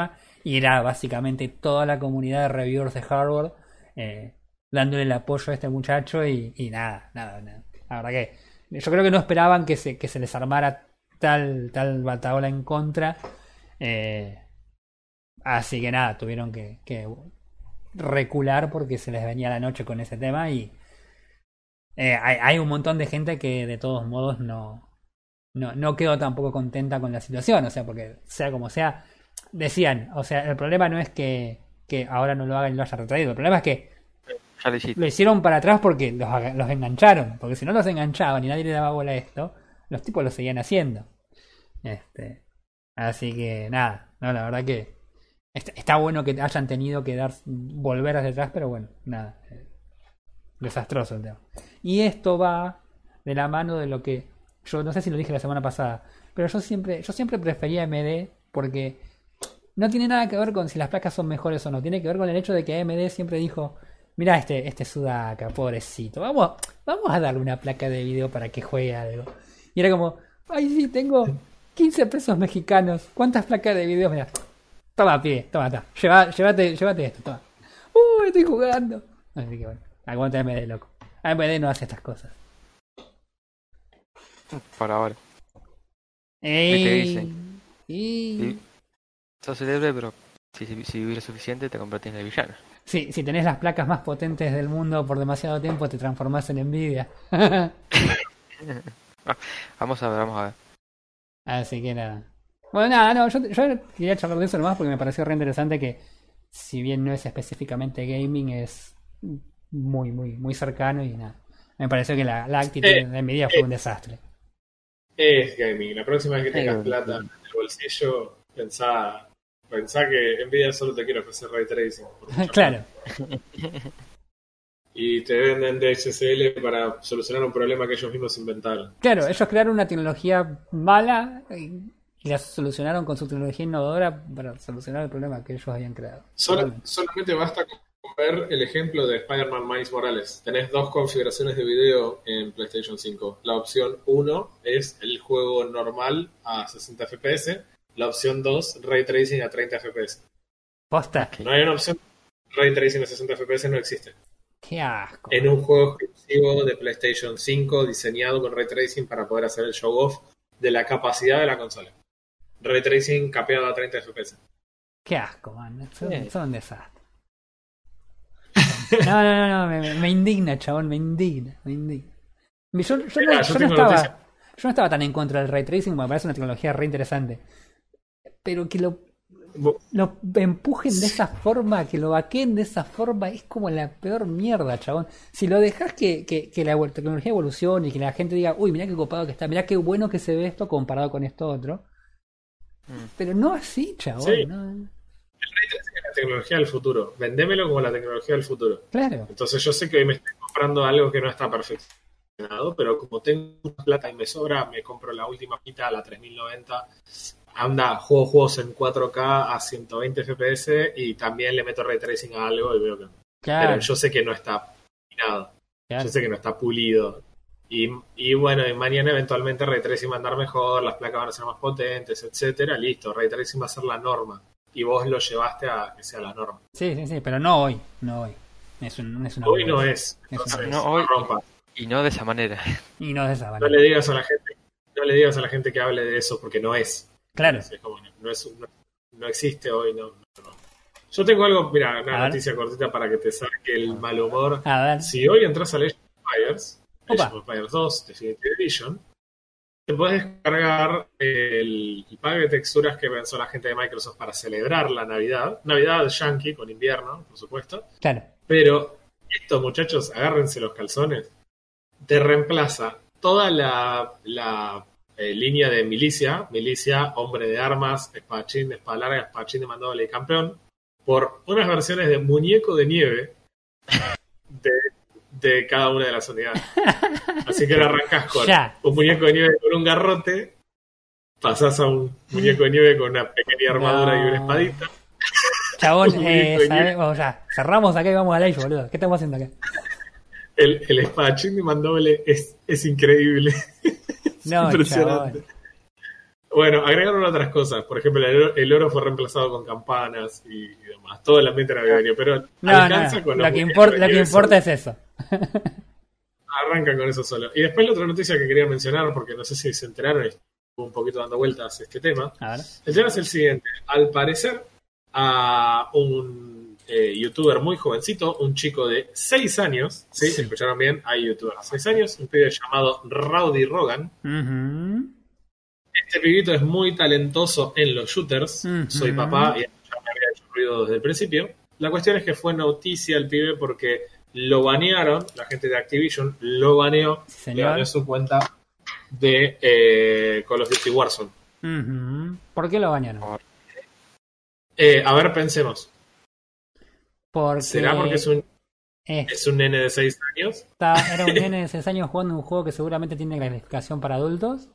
Y era básicamente toda la comunidad de reviewers de hardware eh, dándole el apoyo a este muchacho y, y nada, nada, nada. La verdad que yo creo que no esperaban que se, que se les armara tal, tal bataola en contra. Eh, así que nada, tuvieron que, que recular porque se les venía la noche con ese tema y eh, hay, hay un montón de gente que de todos modos no, no, no quedó tampoco contenta con la situación, o sea, porque sea como sea, decían, o sea, el problema no es que, que ahora no lo hagan y lo hayan retraído, el problema es que lo hicieron para atrás porque los, los engancharon, porque si no los enganchaban y nadie le daba bola a esto, los tipos lo seguían haciendo. Este, así que nada, no, la verdad que está, está bueno que hayan tenido que dar volver hacia atrás, pero bueno, nada, eh, desastroso el tema. Y esto va de la mano de lo que yo no sé si lo dije la semana pasada, pero yo siempre yo siempre prefería A M D porque no tiene nada que ver con si las placas son mejores o no, tiene que ver con el hecho de que A M D siempre dijo, mirá este, este Sudaka, pobrecito, vamos, vamos a darle una placa de video para que juegue algo. Y era como, ay sí, tengo quince pesos mexicanos, ¿cuántas placas de video? Mirá, toma pie, toma, toma, Lleva, llévate, llévate esto, toma. Uh, estoy jugando. Así que bueno, aguanta A M D, loco. A M D no hace estas cosas. Por ahora. Ey, ¿Qué te dicen? Y... Sí. Sos el héroe, pero si, si, si vivir suficiente te convertís en el villano. Sí, si tenés las placas más potentes del mundo por demasiado tiempo te transformás en Nvidia. Vamos a ver, vamos a ver. Así que nada. Bueno, nada, no, yo, yo quería charlar de eso nomás porque me pareció re interesante que si bien no es específicamente gaming, es muy, muy, muy cercano y nada. Me pareció que la, la actitud eh, de Nvidia eh, fue un desastre. Es gaming. La próxima vez que tengas Eh, plata en el bolsillo, pensá, pensá que Nvidia solo te quiere ofrecer ray tracing. por mucha Claro. plata. Y te venden D H C L para solucionar un problema que ellos mismos inventaron. Claro, ellos crearon una tecnología mala y y la solucionaron con su tecnología innovadora para solucionar el problema que ellos habían creado. Solo, solamente basta con ver el ejemplo de Spider-Man Miles Morales. Tenés dos configuraciones de video en PlayStation cinco. La opción uno es el juego normal a sesenta F P S. La opción dos, Ray Tracing a treinta F P S. Posta. No hay una opción Ray Tracing a sesenta F P S, no existe. Qué asco. En un juego exclusivo de PlayStation cinco diseñado con Ray Tracing para poder hacer el show off de la capacidad de la consola. Ray Tracing capeado a treinta F P S. Qué asco, man. Son, Sí. son un desastre. No, no, no, no me, me- me indigna, chabón, me indigna, me indigna. Yo, yo no, Mirá, yo yo no tengo estaba, noticia. yo no estaba tan en contra del ray tracing, me parece una tecnología re interesante. Pero que lo, Bu- lo empujen de esa forma, que lo vaqueen de esa forma, es como la peor mierda, chabón. Si lo dejas que, que, que la evol- tecnología evolucione y que la gente diga, uy, mirá qué copado que está, mirá qué bueno que se ve esto comparado con esto otro. Mm. Pero no así, chabón. Sí. No, El Ray Tracing es la tecnología del futuro. Vendémelo como la tecnología del futuro. claro. Entonces yo sé que hoy me estoy comprando algo que no está perfeccionado, pero como tengo plata y me sobra, me compro la última pita, la tres mil noventa. Anda, juego juegos en cuatro K a ciento veinte F P S y también le meto Ray Tracing a algo y veo que... Claro, Pero yo sé que no está pulido. claro. Yo sé que no está pulido. Y, y bueno, y mañana eventualmente Ray Tracing va a andar mejor, las placas van a ser más potentes, etcétera. Listo, Ray Tracing va a ser la norma. Y vos lo llevaste a que sea la norma. Sí, sí, sí, pero no hoy, no hoy. Es, un, es una Hoy no boludez. es. Es Entonces, una- No, no hoy- rompas. Y no de esa manera. Y no de esa No manera. le digas a la gente, no le digas a la gente que hable de eso porque no es. Claro. Es como, no, no es, no, no existe hoy, no, no, no. Yo tengo algo, mira, A una ver. noticia cortita para que te saque el mal humor. A ver. Si hoy entras a Age of Empires, Opa. Age of Empires dos Definitive Edition, te puedes descargar el, el pack de texturas que pensó la gente de Microsoft para celebrar la Navidad. Navidad yankee con invierno, por supuesto. Claro. Pero estos muchachos, agárrense los calzones, te reemplaza toda la, la eh, línea de milicia, milicia, hombre de armas, espadachín, espada larga, espadachín de mandoble y campeón, por unas versiones de muñeco de nieve de, de cada una de las unidades. Así que ahora arrancás con Ya. un muñeco de nieve con un garrote, pasás a un muñeco de nieve con una pequeña armadura No. y una espadita. Chabón, Un eh, grito de sabe- nieve. vamos ya. Cerramos acá y vamos al Age, boludo. ¿Qué estamos haciendo acá? El, el espadachín de mandoble es, es increíble. Es No, impresionante. chabón. Bueno, agregaron otras cosas. Por ejemplo, el oro, el oro fue reemplazado con campanas y, y demás. Todo el ambiente navideño, pero No, alcanza no, con lo los que, muñecos import- de lo que nieve importa solo. es eso. Arrancan con eso solo. Y después la otra noticia que quería mencionar, porque no sé si se enteraron, estuvo un poquito dando vueltas este tema. A ver. El tema es el siguiente. Al parecer, a un eh, youtuber muy jovencito, un chico de seis años, ¿sí? Sí. ¿Escucharon bien? Hay youtubers de seis años, un pibe llamado Rowdy Rogan. Ujú. Este pibito es muy talentoso en los shooters. Ujú. Soy papá y ya me había hecho ruido desde el principio. La cuestión es que fue noticia el pibe porque lo banearon, la gente de Activision lo baneó, Sí, le señor. baneó su cuenta de eh, Call of Duty Warzone. Ujú. ¿Por qué lo bañaron? Eh, a ver, pensemos. Porque ¿Será porque es un, es- es un nene de seis años? está- era un nene de seis años jugando un juego que seguramente tiene clasificación para adultos.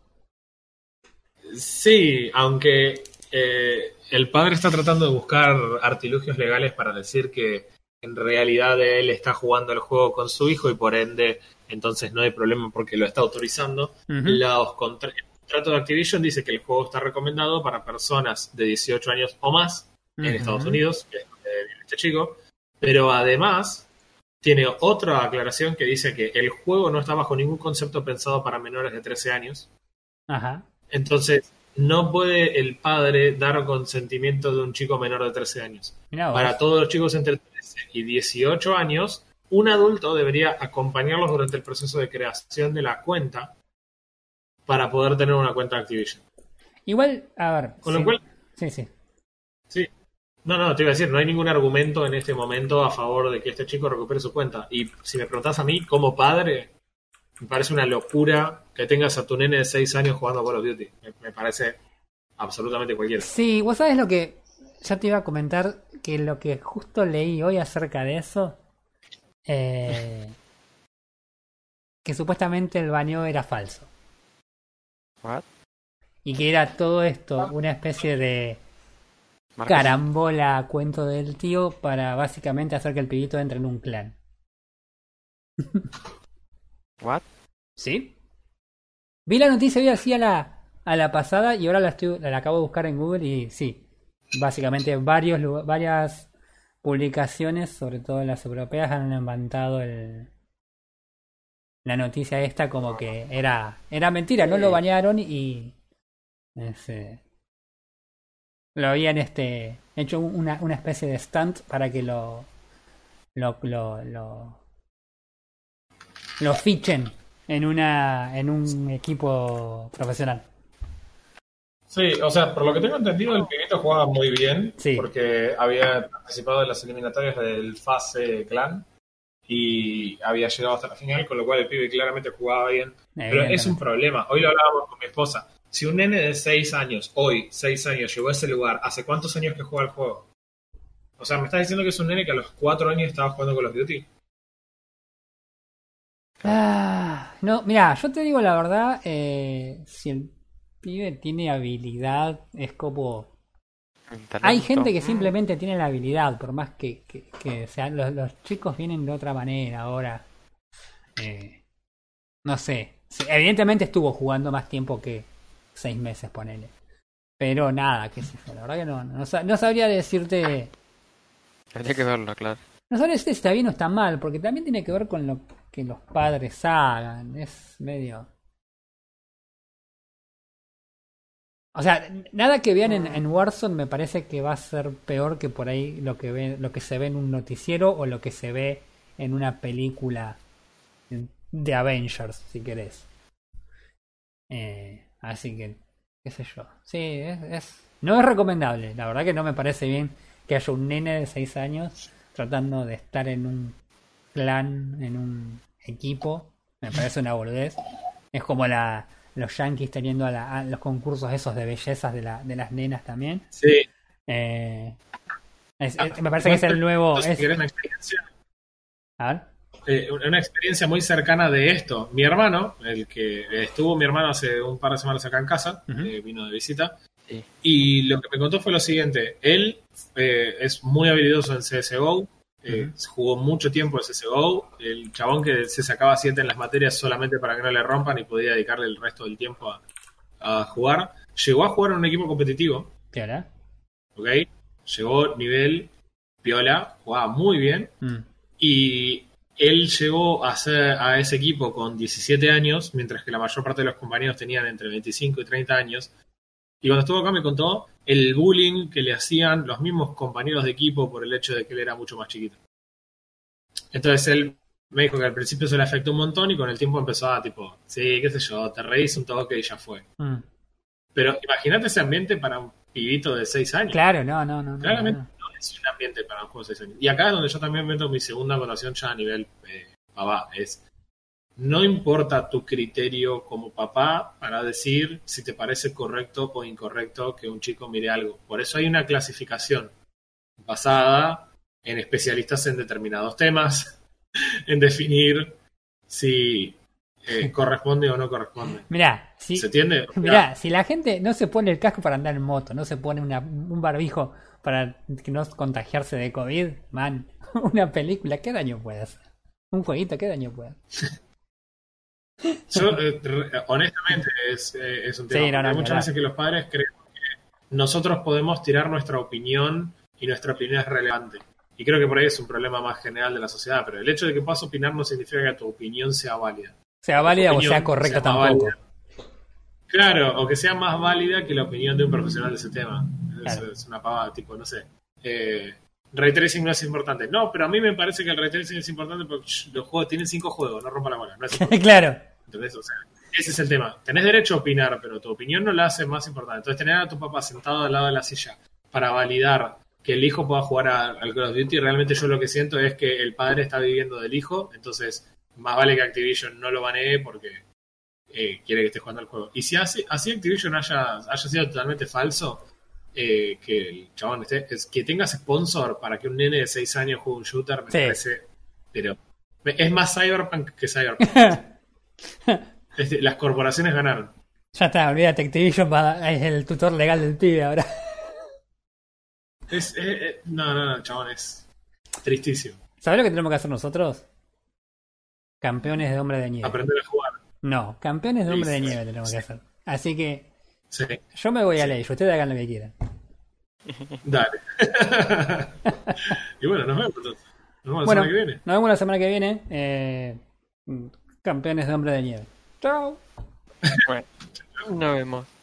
Sí, aunque eh, el padre está tratando de buscar artilugios legales para decir que en realidad él está jugando el juego con su hijo y por ende entonces no hay problema porque lo está autorizando. Ujú. Los contra- el contrato de Activision dice que el juego está recomendado para personas de dieciocho años o más en Ujú. Estados Unidos, que es donde vive este chico, pero además tiene otra aclaración que dice que el juego no está bajo ningún concepto pensado para menores de trece años. Ajá. Entonces, no puede el padre dar consentimiento de un chico menor de trece años. Mirá vos. Para todos los chicos entre trece y dieciocho años, un adulto debería acompañarlos durante el proceso de creación de la cuenta para poder tener una cuenta de Activision. Igual, a ver. Con sí. lo cual, Sí, sí. sí. No, no, te iba a decir, no hay ningún argumento en este momento a favor de que este chico recupere su cuenta. Y si me preguntás a mí, como padre, me parece una locura que tengas a tu nene de seis años jugando Call of Duty. Me, me parece absolutamente cualquiera. Sí, vos sabés lo que. Ya te iba a comentar que lo que justo leí hoy acerca de eso. eh, que supuestamente el baneo era falso. What? Y que era todo esto una especie de Marcos. carambola cuento del tío para básicamente hacer que el pibito entre en un clan. What? ¿Sí? Vi la noticia hoy así a la, a la pasada y ahora la, estoy, la acabo de buscar en Google y sí. Básicamente varios, lugar- varias publicaciones, sobre todo las europeas, han levantado el, la noticia esta como que era, era mentira, no lo bañaron y ese, lo habían este hecho una, una especie de stunt para que lo lo, lo, lo, lo fichen en una en un equipo profesional. Sí, o sea, por lo que tengo entendido, el pibito jugaba muy bien, Sí. porque había participado en las eliminatorias del Fase Clan y había llegado hasta la final, con lo cual el pibe claramente jugaba bien. Pero es un problema. Hoy lo hablábamos con mi esposa. Si un nene de seis años, hoy, seis años, llegó a ese lugar, ¿hace cuántos años que juega el juego? O sea, ¿me estás diciendo que es un nene que a los cuatro años estaba jugando Call of Duty? Ah, no, mira, yo te digo la verdad, eh, si el pibe tiene habilidad, es como... Talento. Hay gente que Mm. simplemente tiene la habilidad, por más que, que, que sean los, los chicos vienen de otra manera ahora. Eh, no sé, sí, evidentemente estuvo jugando más tiempo que seis meses, ponele. Pero nada, qué sé yo, la verdad que no, no, sa- no sabría decirte... Habría que verlo, claro. No sabría decirte si está bien o está mal, porque también tiene que ver con lo que los padres hagan, es medio... O sea, nada que vean en, en Warzone me parece que va a ser peor que por ahí lo que ve, lo que se ve en un noticiero o lo que se ve en una película de Avengers, si querés. Eh, así que, qué sé yo. Sí, es, es, no es recomendable. La verdad que no me parece bien que haya un nene de seis años tratando de estar en un clan, en un equipo. Me parece una boludez. Es como la los yankees teniendo a, la, a los concursos esos de bellezas de, la, de las nenas también. Sí. Eh, es- es- me parece que es el nuevo... Si Es, querés una experiencia, a ver. eh, una experiencia muy cercana de esto. Mi hermano, el que estuvo mi hermano hace un par de semanas acá en casa, Ujú. eh, vino de visita, Sí. y lo que me contó fue lo siguiente. Él eh, es muy habilidoso en C S G O, eh, Ujú. jugó mucho tiempo en C S G O, el chabón que se sacaba siete en las materias solamente para que no le rompan y podía dedicarle el resto del tiempo a, a jugar, llegó a jugar en un equipo competitivo, Piola. ¿ok? Llegó nivel piola, jugaba muy bien, Mm. y él llegó a, ser, a ese equipo con diecisiete años, mientras que la mayor parte de los compañeros tenían entre veinticinco y treinta años. Y cuando estuvo acá me contó el bullying que le hacían los mismos compañeros de equipo por el hecho de que él era mucho más chiquito. Entonces él me dijo que al principio se le afectó un montón y con el tiempo empezó a tipo, sí, qué sé yo, te reís un toque y ya fue. Mm. Pero imagínate ese ambiente para un pibito de seis años. Claro, no, no, no. no, Claramente no. no es un ambiente para un juego de seis años. Y acá es donde yo también meto mi segunda votación ya a nivel eh, papá. Es, no importa tu criterio como papá para decir si te parece correcto o incorrecto que un chico mire algo. Por eso hay una clasificación basada en especialistas en determinados temas, en definir si eh, corresponde o no corresponde. Mirá, si, ¿Se entiende? O sea, mirá, si la gente no se pone el casco para andar en moto, no se pone una, un barbijo para que no contagiarse de COVID, man, una película, ¿qué daño puede hacer? Un jueguito, ¿qué daño puede hacer? Yo, eh, re- honestamente, es, eh, es un tema. Sí, no, porque no, hay ni muchas hablar. veces que los padres creen que nosotros podemos tirar nuestra opinión y nuestra opinión es relevante. Y creo que por ahí es un problema más general de la sociedad. Pero el hecho de que puedas opinar no significa que tu opinión sea válida. Sea válida o opinión sea correcta sea más tampoco. válida. Claro, o que sea más válida que la opinión de un profesional de ese tema. Es, Claro. es una pavada, tipo, no sé. Eh, ray tracing no es importante. No, pero a mí me parece que el ray tracing es importante porque shh, los juegos tienen cinco juegos, no rompa la bola. No es importante. Claro. ¿Entendés? O sea, ese es el tema. Tenés derecho a opinar, pero tu opinión no la hace más importante. Entonces, tener a tu papá sentado al lado de la silla para validar que el hijo pueda jugar a- al Call of Duty, realmente yo lo que siento es que el padre está viviendo del hijo, entonces más vale que Activision no lo banee porque eh, quiere que esté jugando al juego. Y si así, así Activision haya, haya sido totalmente falso, eh, que el chabón esté, es, que tengas sponsor para que un nene de seis años juegue un shooter, me Sí. parece, pero es más Cyberpunk que Cyberpunk. Es decir, las corporaciones ganaron. Ya está, olvídate, Activision va- es el tutor legal del pibe ahora. Es, eh, eh, no, no, no, chabón, es tristísimo. ¿Sabes lo que tenemos que hacer nosotros? Campeones de hombre de nieve. Aprender a jugar. No, campeones de Sí, hombre de sí, nieve tenemos sí. que hacer. Así que Sí, yo me voy a ley, ustedes hagan lo que quieran. dale. Y bueno, nos vemos entonces. Nos vemos la Bueno, semana que viene. nos vemos la semana que viene. Eh, campeones de hombre de nieve. Chao. Bueno, nos vemos.